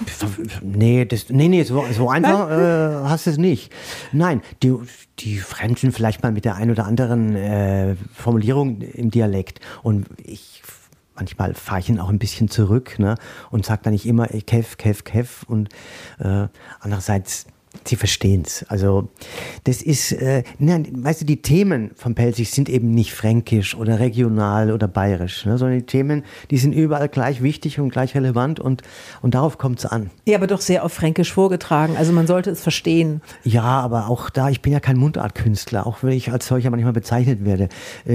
so einfach hast du es nicht. Nein, die fremden vielleicht mal mit der ein oder anderen Formulierung im Dialekt. Und manchmal fahre ich ihn auch ein bisschen zurück, ne, und sage dann nicht immer Kev. Und andererseits, sie verstehen es. Also das ist, weißt du, die Themen von Pelzig sind eben nicht fränkisch oder regional oder bayerisch, ne, sondern die Themen, die sind überall gleich wichtig und gleich relevant und darauf kommt es an. Ja, aber doch sehr auf fränkisch vorgetragen, also man sollte es verstehen. Ja, aber auch da, ich bin ja kein Mundartkünstler, auch wenn ich als solcher manchmal bezeichnet werde.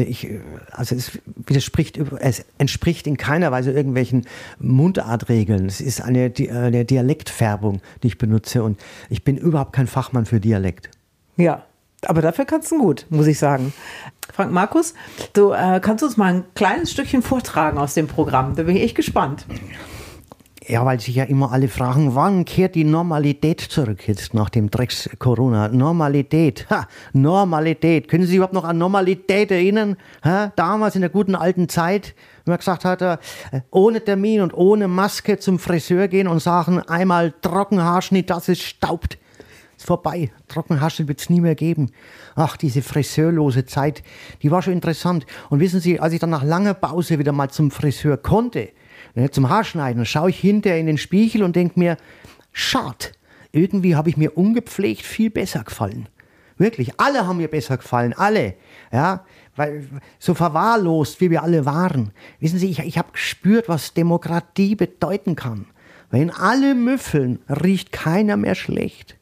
Es entspricht in keiner Weise irgendwelchen Mundartregeln. Es ist eine Dialektfärbung, die ich benutze und ich bin überhaupt kein Fachmann für Dialekt. Ja, aber dafür kannst du gut, muss ich sagen. Frank Markus, du kannst uns mal ein kleines Stückchen vortragen aus dem Programm. Da bin ich echt gespannt. Ja, weil sich ja immer alle fragen, wann kehrt die Normalität zurück jetzt nach dem Drecks-Corona? Normalität, Normalität. Können Sie sich überhaupt noch an Normalität erinnern? Damals in der guten alten Zeit, wenn man gesagt hat, ohne Termin und ohne Maske zum Friseur gehen und sagen, einmal Trockenhaarschnitt, das ist staubt. Ist vorbei. Trockenhaarschnitt wird es nie mehr geben. Ach, diese friseurlose Zeit, die war schon interessant. Und wissen Sie, als ich dann nach langer Pause wieder mal zum Friseur konnte, zum Haarschneiden, schaue ich hinterher in den Spiegel und denke mir, schade, irgendwie habe ich mir ungepflegt viel besser gefallen. Wirklich, alle haben mir besser gefallen, alle. Ja, weil so verwahrlost, wie wir alle waren. Wissen Sie, ich habe gespürt, was Demokratie bedeuten kann. Wenn alle müffeln, riecht keiner mehr schlecht.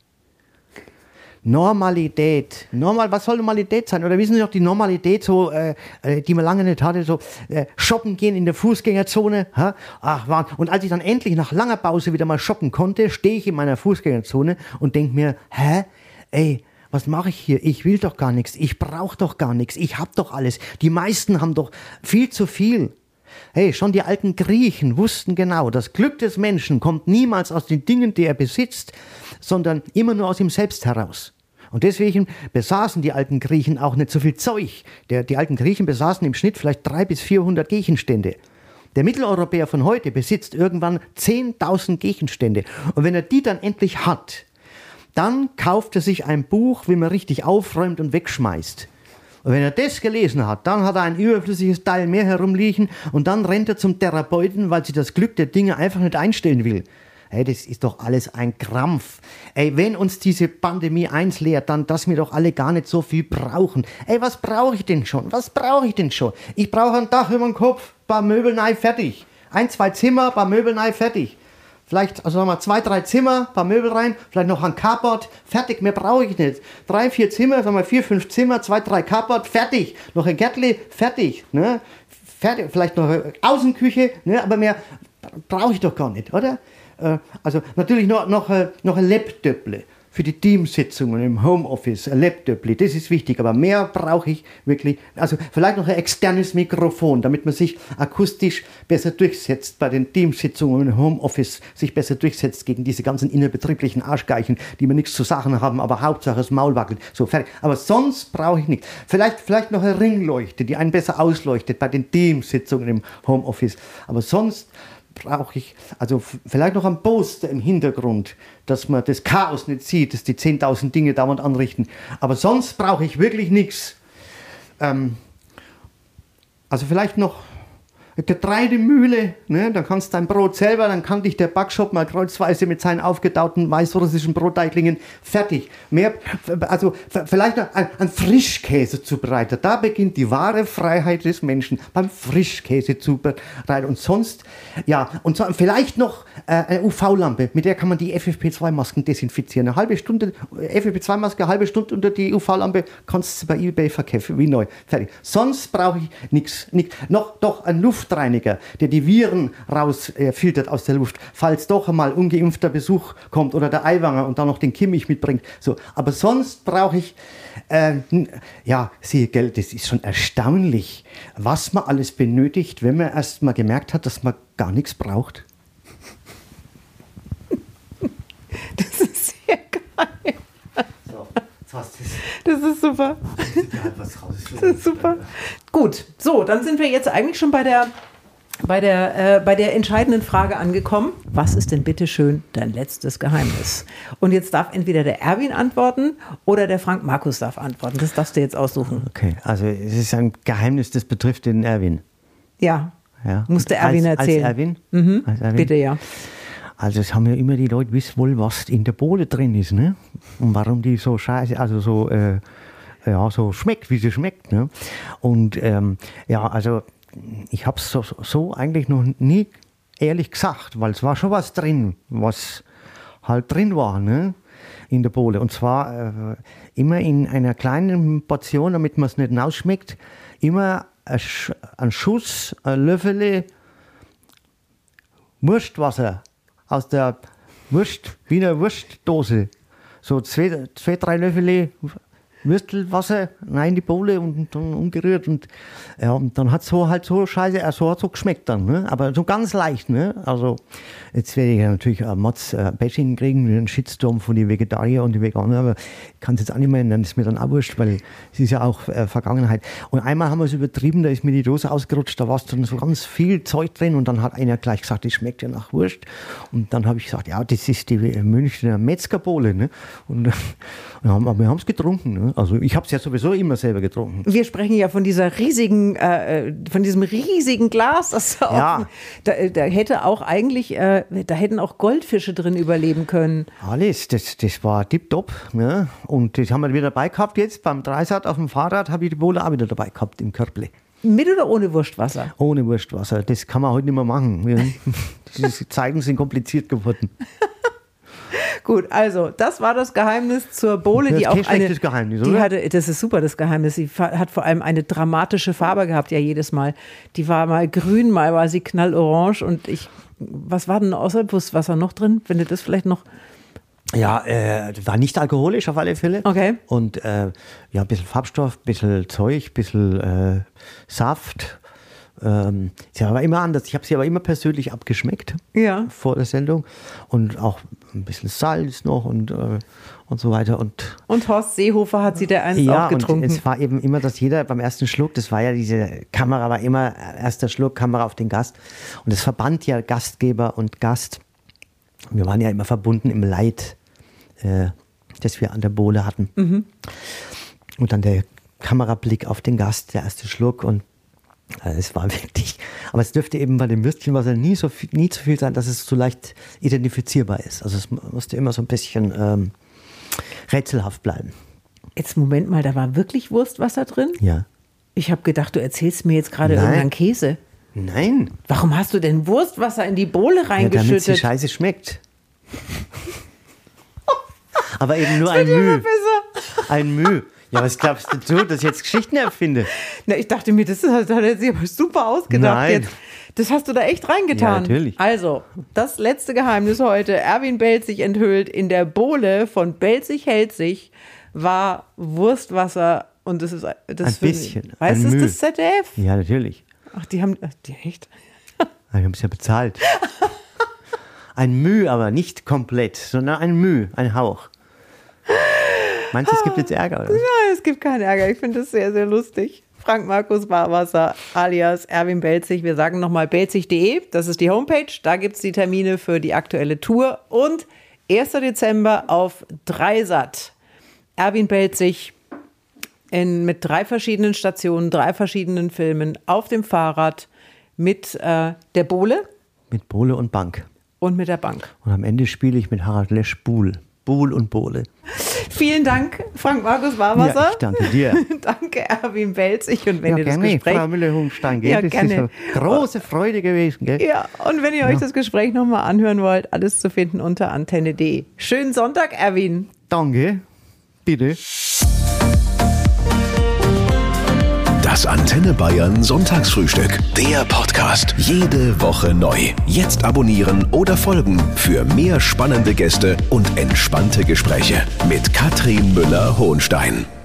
Normalität. Was soll Normalität sein? Oder wissen Sie noch die Normalität, so, die man lange nicht hatte, so shoppen gehen in der Fußgängerzone? Und als ich dann endlich nach langer Pause wieder mal shoppen konnte, stehe ich in meiner Fußgängerzone und denke mir, was mache ich hier? Ich will doch gar nichts. Ich brauche doch gar nichts. Ich habe doch alles. Die meisten haben doch viel zu viel. Hey, schon die alten Griechen wussten genau, das Glück des Menschen kommt niemals aus den Dingen, die er besitzt, sondern immer nur aus ihm selbst heraus. Und deswegen besaßen die alten Griechen auch nicht so viel Zeug. Die alten Griechen besaßen im Schnitt vielleicht 300 bis 400 Gegenstände. Der Mitteleuropäer von heute besitzt irgendwann 10.000 Gegenstände. Und wenn er die dann endlich hat, dann kauft er sich ein Buch, wie man richtig aufräumt und wegschmeißt. Und wenn er das gelesen hat, dann hat er ein überflüssiges Teil mehr herumliegen und dann rennt er zum Therapeuten, weil sich das Glück der Dinge einfach nicht einstellen will. Hey, das ist doch alles ein Krampf. Ey, wenn uns diese Pandemie eins lehrt, dann, dass wir doch alle gar nicht so viel brauchen. Ey, was brauche ich denn schon? Ich brauche ein Dach über dem Kopf, paar Möbel rein, fertig. 1, 2 Zimmer, paar Möbel rein, fertig. Vielleicht, also sagen wir 2, 3 Zimmer, paar Möbel rein, vielleicht noch ein Carport, fertig, mehr brauche ich nicht. 3, 4 Zimmer, sagen wir 4, 5 Zimmer, 2, 3 Carport, fertig. Noch ein Gärtli, fertig. Ne? Fertig, vielleicht noch eine Außenküche, ne? Aber mehr brauche ich doch gar nicht, oder? Also natürlich noch ein Laptop für die Teamsitzungen im Homeoffice, ein Laptop, das ist wichtig, aber mehr brauche ich wirklich, also vielleicht noch ein externes Mikrofon, damit man sich akustisch besser durchsetzt bei den Teamsitzungen im Homeoffice, sich besser durchsetzt gegen diese ganzen innerbetrieblichen Arschgeichen, die mir nichts zu sagen haben, aber Hauptsache das Maul wackelt, so fertig. Aber sonst brauche ich nichts. Vielleicht noch eine Ringleuchte, die einen besser ausleuchtet bei den Teamsitzungen im Homeoffice, aber sonst brauche ich, also vielleicht noch ein Poster im Hintergrund, dass man das Chaos nicht sieht, dass die 10.000 Dinge dauernd anrichten. Aber sonst brauche ich wirklich nichts. Also vielleicht noch eine Getreidemühle, ne? Dann kannst du dein Brot selber, dann kann dich der Backshop mal kreuzweise mit seinen aufgetauten weißrussischen Brotteiglingen fertig. Mehr, also vielleicht noch ein Frischkäsezubereiter. Da beginnt die wahre Freiheit des Menschen, beim Frischkäsezubereiter. Und sonst, ja, und so, vielleicht noch eine UV-Lampe, mit der kann man die FFP2-Masken desinfizieren. Eine halbe Stunde, FFP2-Maske, eine halbe Stunde unter die UV-Lampe, kannst du bei eBay verkaufen, wie neu. Fertig. Sonst brauche ich nichts. Noch doch ein Luftreiniger, der die Viren rausfiltert aus der Luft, falls doch einmal ungeimpfter Besuch kommt oder der Aiwanger und dann noch den Kimmich mitbringt. So, aber sonst brauche ich, siehe, gell, das ist schon erstaunlich, was man alles benötigt, wenn man erst mal gemerkt hat, dass man gar nichts braucht. Das ist sehr geil. So, jetzt hast du es. Das ist super. Das ist super. Gut, so, dann sind wir jetzt eigentlich schon bei der entscheidenden Frage angekommen. Was ist denn bitte schön dein letztes Geheimnis? Und jetzt darf entweder der Erwin antworten oder der Frank Markus darf antworten. Das darfst du jetzt aussuchen. Okay, also es ist ein Geheimnis, das betrifft den Erwin. Ja, ja. Muss der Erwin erzählen. Als Erwin? Mhm. Als Erwin? Bitte, ja. Also es haben ja immer die Leute wissen wollen, was in der Bohle drin ist, ne? Und warum die so scheiße, also so, so schmeckt, wie sie schmeckt, ne? Und also ich habe es so eigentlich noch nie ehrlich gesagt, weil es war schon was drin, was halt drin war, ne? In der Bohle. Und zwar immer in einer kleinen Portion, damit man es nicht ausschmeckt, immer ein Schuss, ein Löffel Wurstwasser aus der Wiener Wurstdose. So 2, 3 Löffel Würstelwasser rein in die Bohle und dann umgerührt. Und dann hat es so scheiße, so geschmeckt dann. Ne? Aber so ganz leicht. Ne? Also jetzt werde ich ja natürlich Bashing kriegen, einen Shitstorm von den Vegetarier und den Veganer, aber ich kann es jetzt auch nicht mehr nennen, das ist mir dann auch wurscht, weil es ist ja auch Vergangenheit. Und einmal haben wir es übertrieben, da ist mir die Dose ausgerutscht, da war es dann so ganz viel Zeug drin und dann hat einer gleich gesagt, das schmeckt ja nach Wurst. Und dann habe ich gesagt, ja, das ist die Münchner Metzgerbohle. Ne? Und wir haben es getrunken. Ne? Also ich habe es ja sowieso immer selber getrunken. Wir sprechen ja von dieser riesigen, von diesem riesigen Glas. Das ja. Da hätte auch eigentlich, da hätten auch Goldfische drin überleben können. Alles, das war tipptopp. Ne? Und das haben wir wieder dabei gehabt jetzt. Beim Dreisat auf dem Fahrrad habe ich die Bohle auch wieder dabei gehabt im Körble. Mit oder ohne Wurstwasser? Ohne Wurstwasser. Das kann man heute nicht mehr machen. Ja. Diese Zeiten sind kompliziert geworden. Gut, also das war das Geheimnis zur Bohle, das die auch Geheimnis, oder? Das ist super, das Geheimnis. Sie hat vor allem eine dramatische Farbe gehabt, ja jedes Mal. Die war mal grün, mal war sie knallorange und was war denn außer Wurstwasser noch drin? Findet das vielleicht noch? Ja, war nicht alkoholisch auf alle Fälle. Okay. Und ein bisschen Farbstoff, ein bisschen Zeug, ein bisschen Saft. Sie war immer anders. Ich habe sie aber immer persönlich abgeschmeckt vor der Sendung. Und auch ein bisschen Salz noch und so weiter. Und Horst Seehofer hat sie da einst auch getrunken. Und es war eben immer, dass jeder beim ersten Schluck, das war ja diese Kamera, war immer erster Schluck, Kamera auf den Gast. Und es verband ja Gastgeber und Gast. Wir waren ja immer verbunden im Leid, das wir an der Bohle hatten. Mhm. Und dann der Kamerablick auf den Gast, der erste Schluck und Also es war wirklich, aber es dürfte eben bei dem Würstchenwasser nie zu viel sein, dass es so leicht identifizierbar ist. Also es musste immer so ein bisschen rätselhaft bleiben. Jetzt Moment mal, da war wirklich Wurstwasser drin? Ja. Ich habe gedacht, du erzählst mir jetzt gerade irgendeinen Käse. Nein. Warum hast du denn Wurstwasser in die Bohle reingeschüttet? Ja, damit die Scheiße schmeckt. Aber eben nur ein Müh. Ein Müh. Ja, was glaubst du, dass ich jetzt Geschichten erfinde? Na, ich dachte mir, das hat er sich aber super ausgedacht. Nein. Jetzt. Das hast du da echt reingetan. Ja, natürlich. Also, das letzte Geheimnis heute. Erwin Belzig enthüllt, in der Bohle von Belzig-Helzig war Wurstwasser und das ist das ein bisschen. Weißt du, ist das ZDF? Ja, natürlich. Ach, die echt? Die haben es ja bezahlt. Ein Müh, aber nicht komplett, sondern ein Müh, ein Hauch. Meinst du, es gibt jetzt Ärger, oder? Nein, es gibt keinen Ärger. Ich finde das sehr, sehr lustig. Frank Markus Barwasser alias Erwin Belzig. Wir sagen nochmal belzig.de, das ist die Homepage. Da gibt es die Termine für die aktuelle Tour. Und 1. Dezember auf Dreisat. Erwin Belzig mit 3 verschiedenen Stationen, 3 verschiedenen Filmen auf dem Fahrrad mit der Bohle. Mit Bohle und Bank. Und mit der Bank. Und am Ende spiele ich mit Harald Lesch Buhl. Buhl und Bohle. Vielen Dank, Frank Markus Barwasser. Ja, ich danke dir. Danke, Erwin Belzig. Und wenn ihr das gerne, Gespräch... Frau Müller-Hohenstein, Ja, das gerne. ist eine große Freude gewesen. Gell? Ja, und wenn ihr euch das Gespräch nochmal anhören wollt, alles zu finden unter antenne.de. Schönen Sonntag, Erwin. Danke. Bitte. Das Antenne Bayern Sonntagsfrühstück. Der Podcast. Jede Woche neu. Jetzt abonnieren oder folgen für mehr spannende Gäste und entspannte Gespräche mit Katrin Müller-Hohenstein.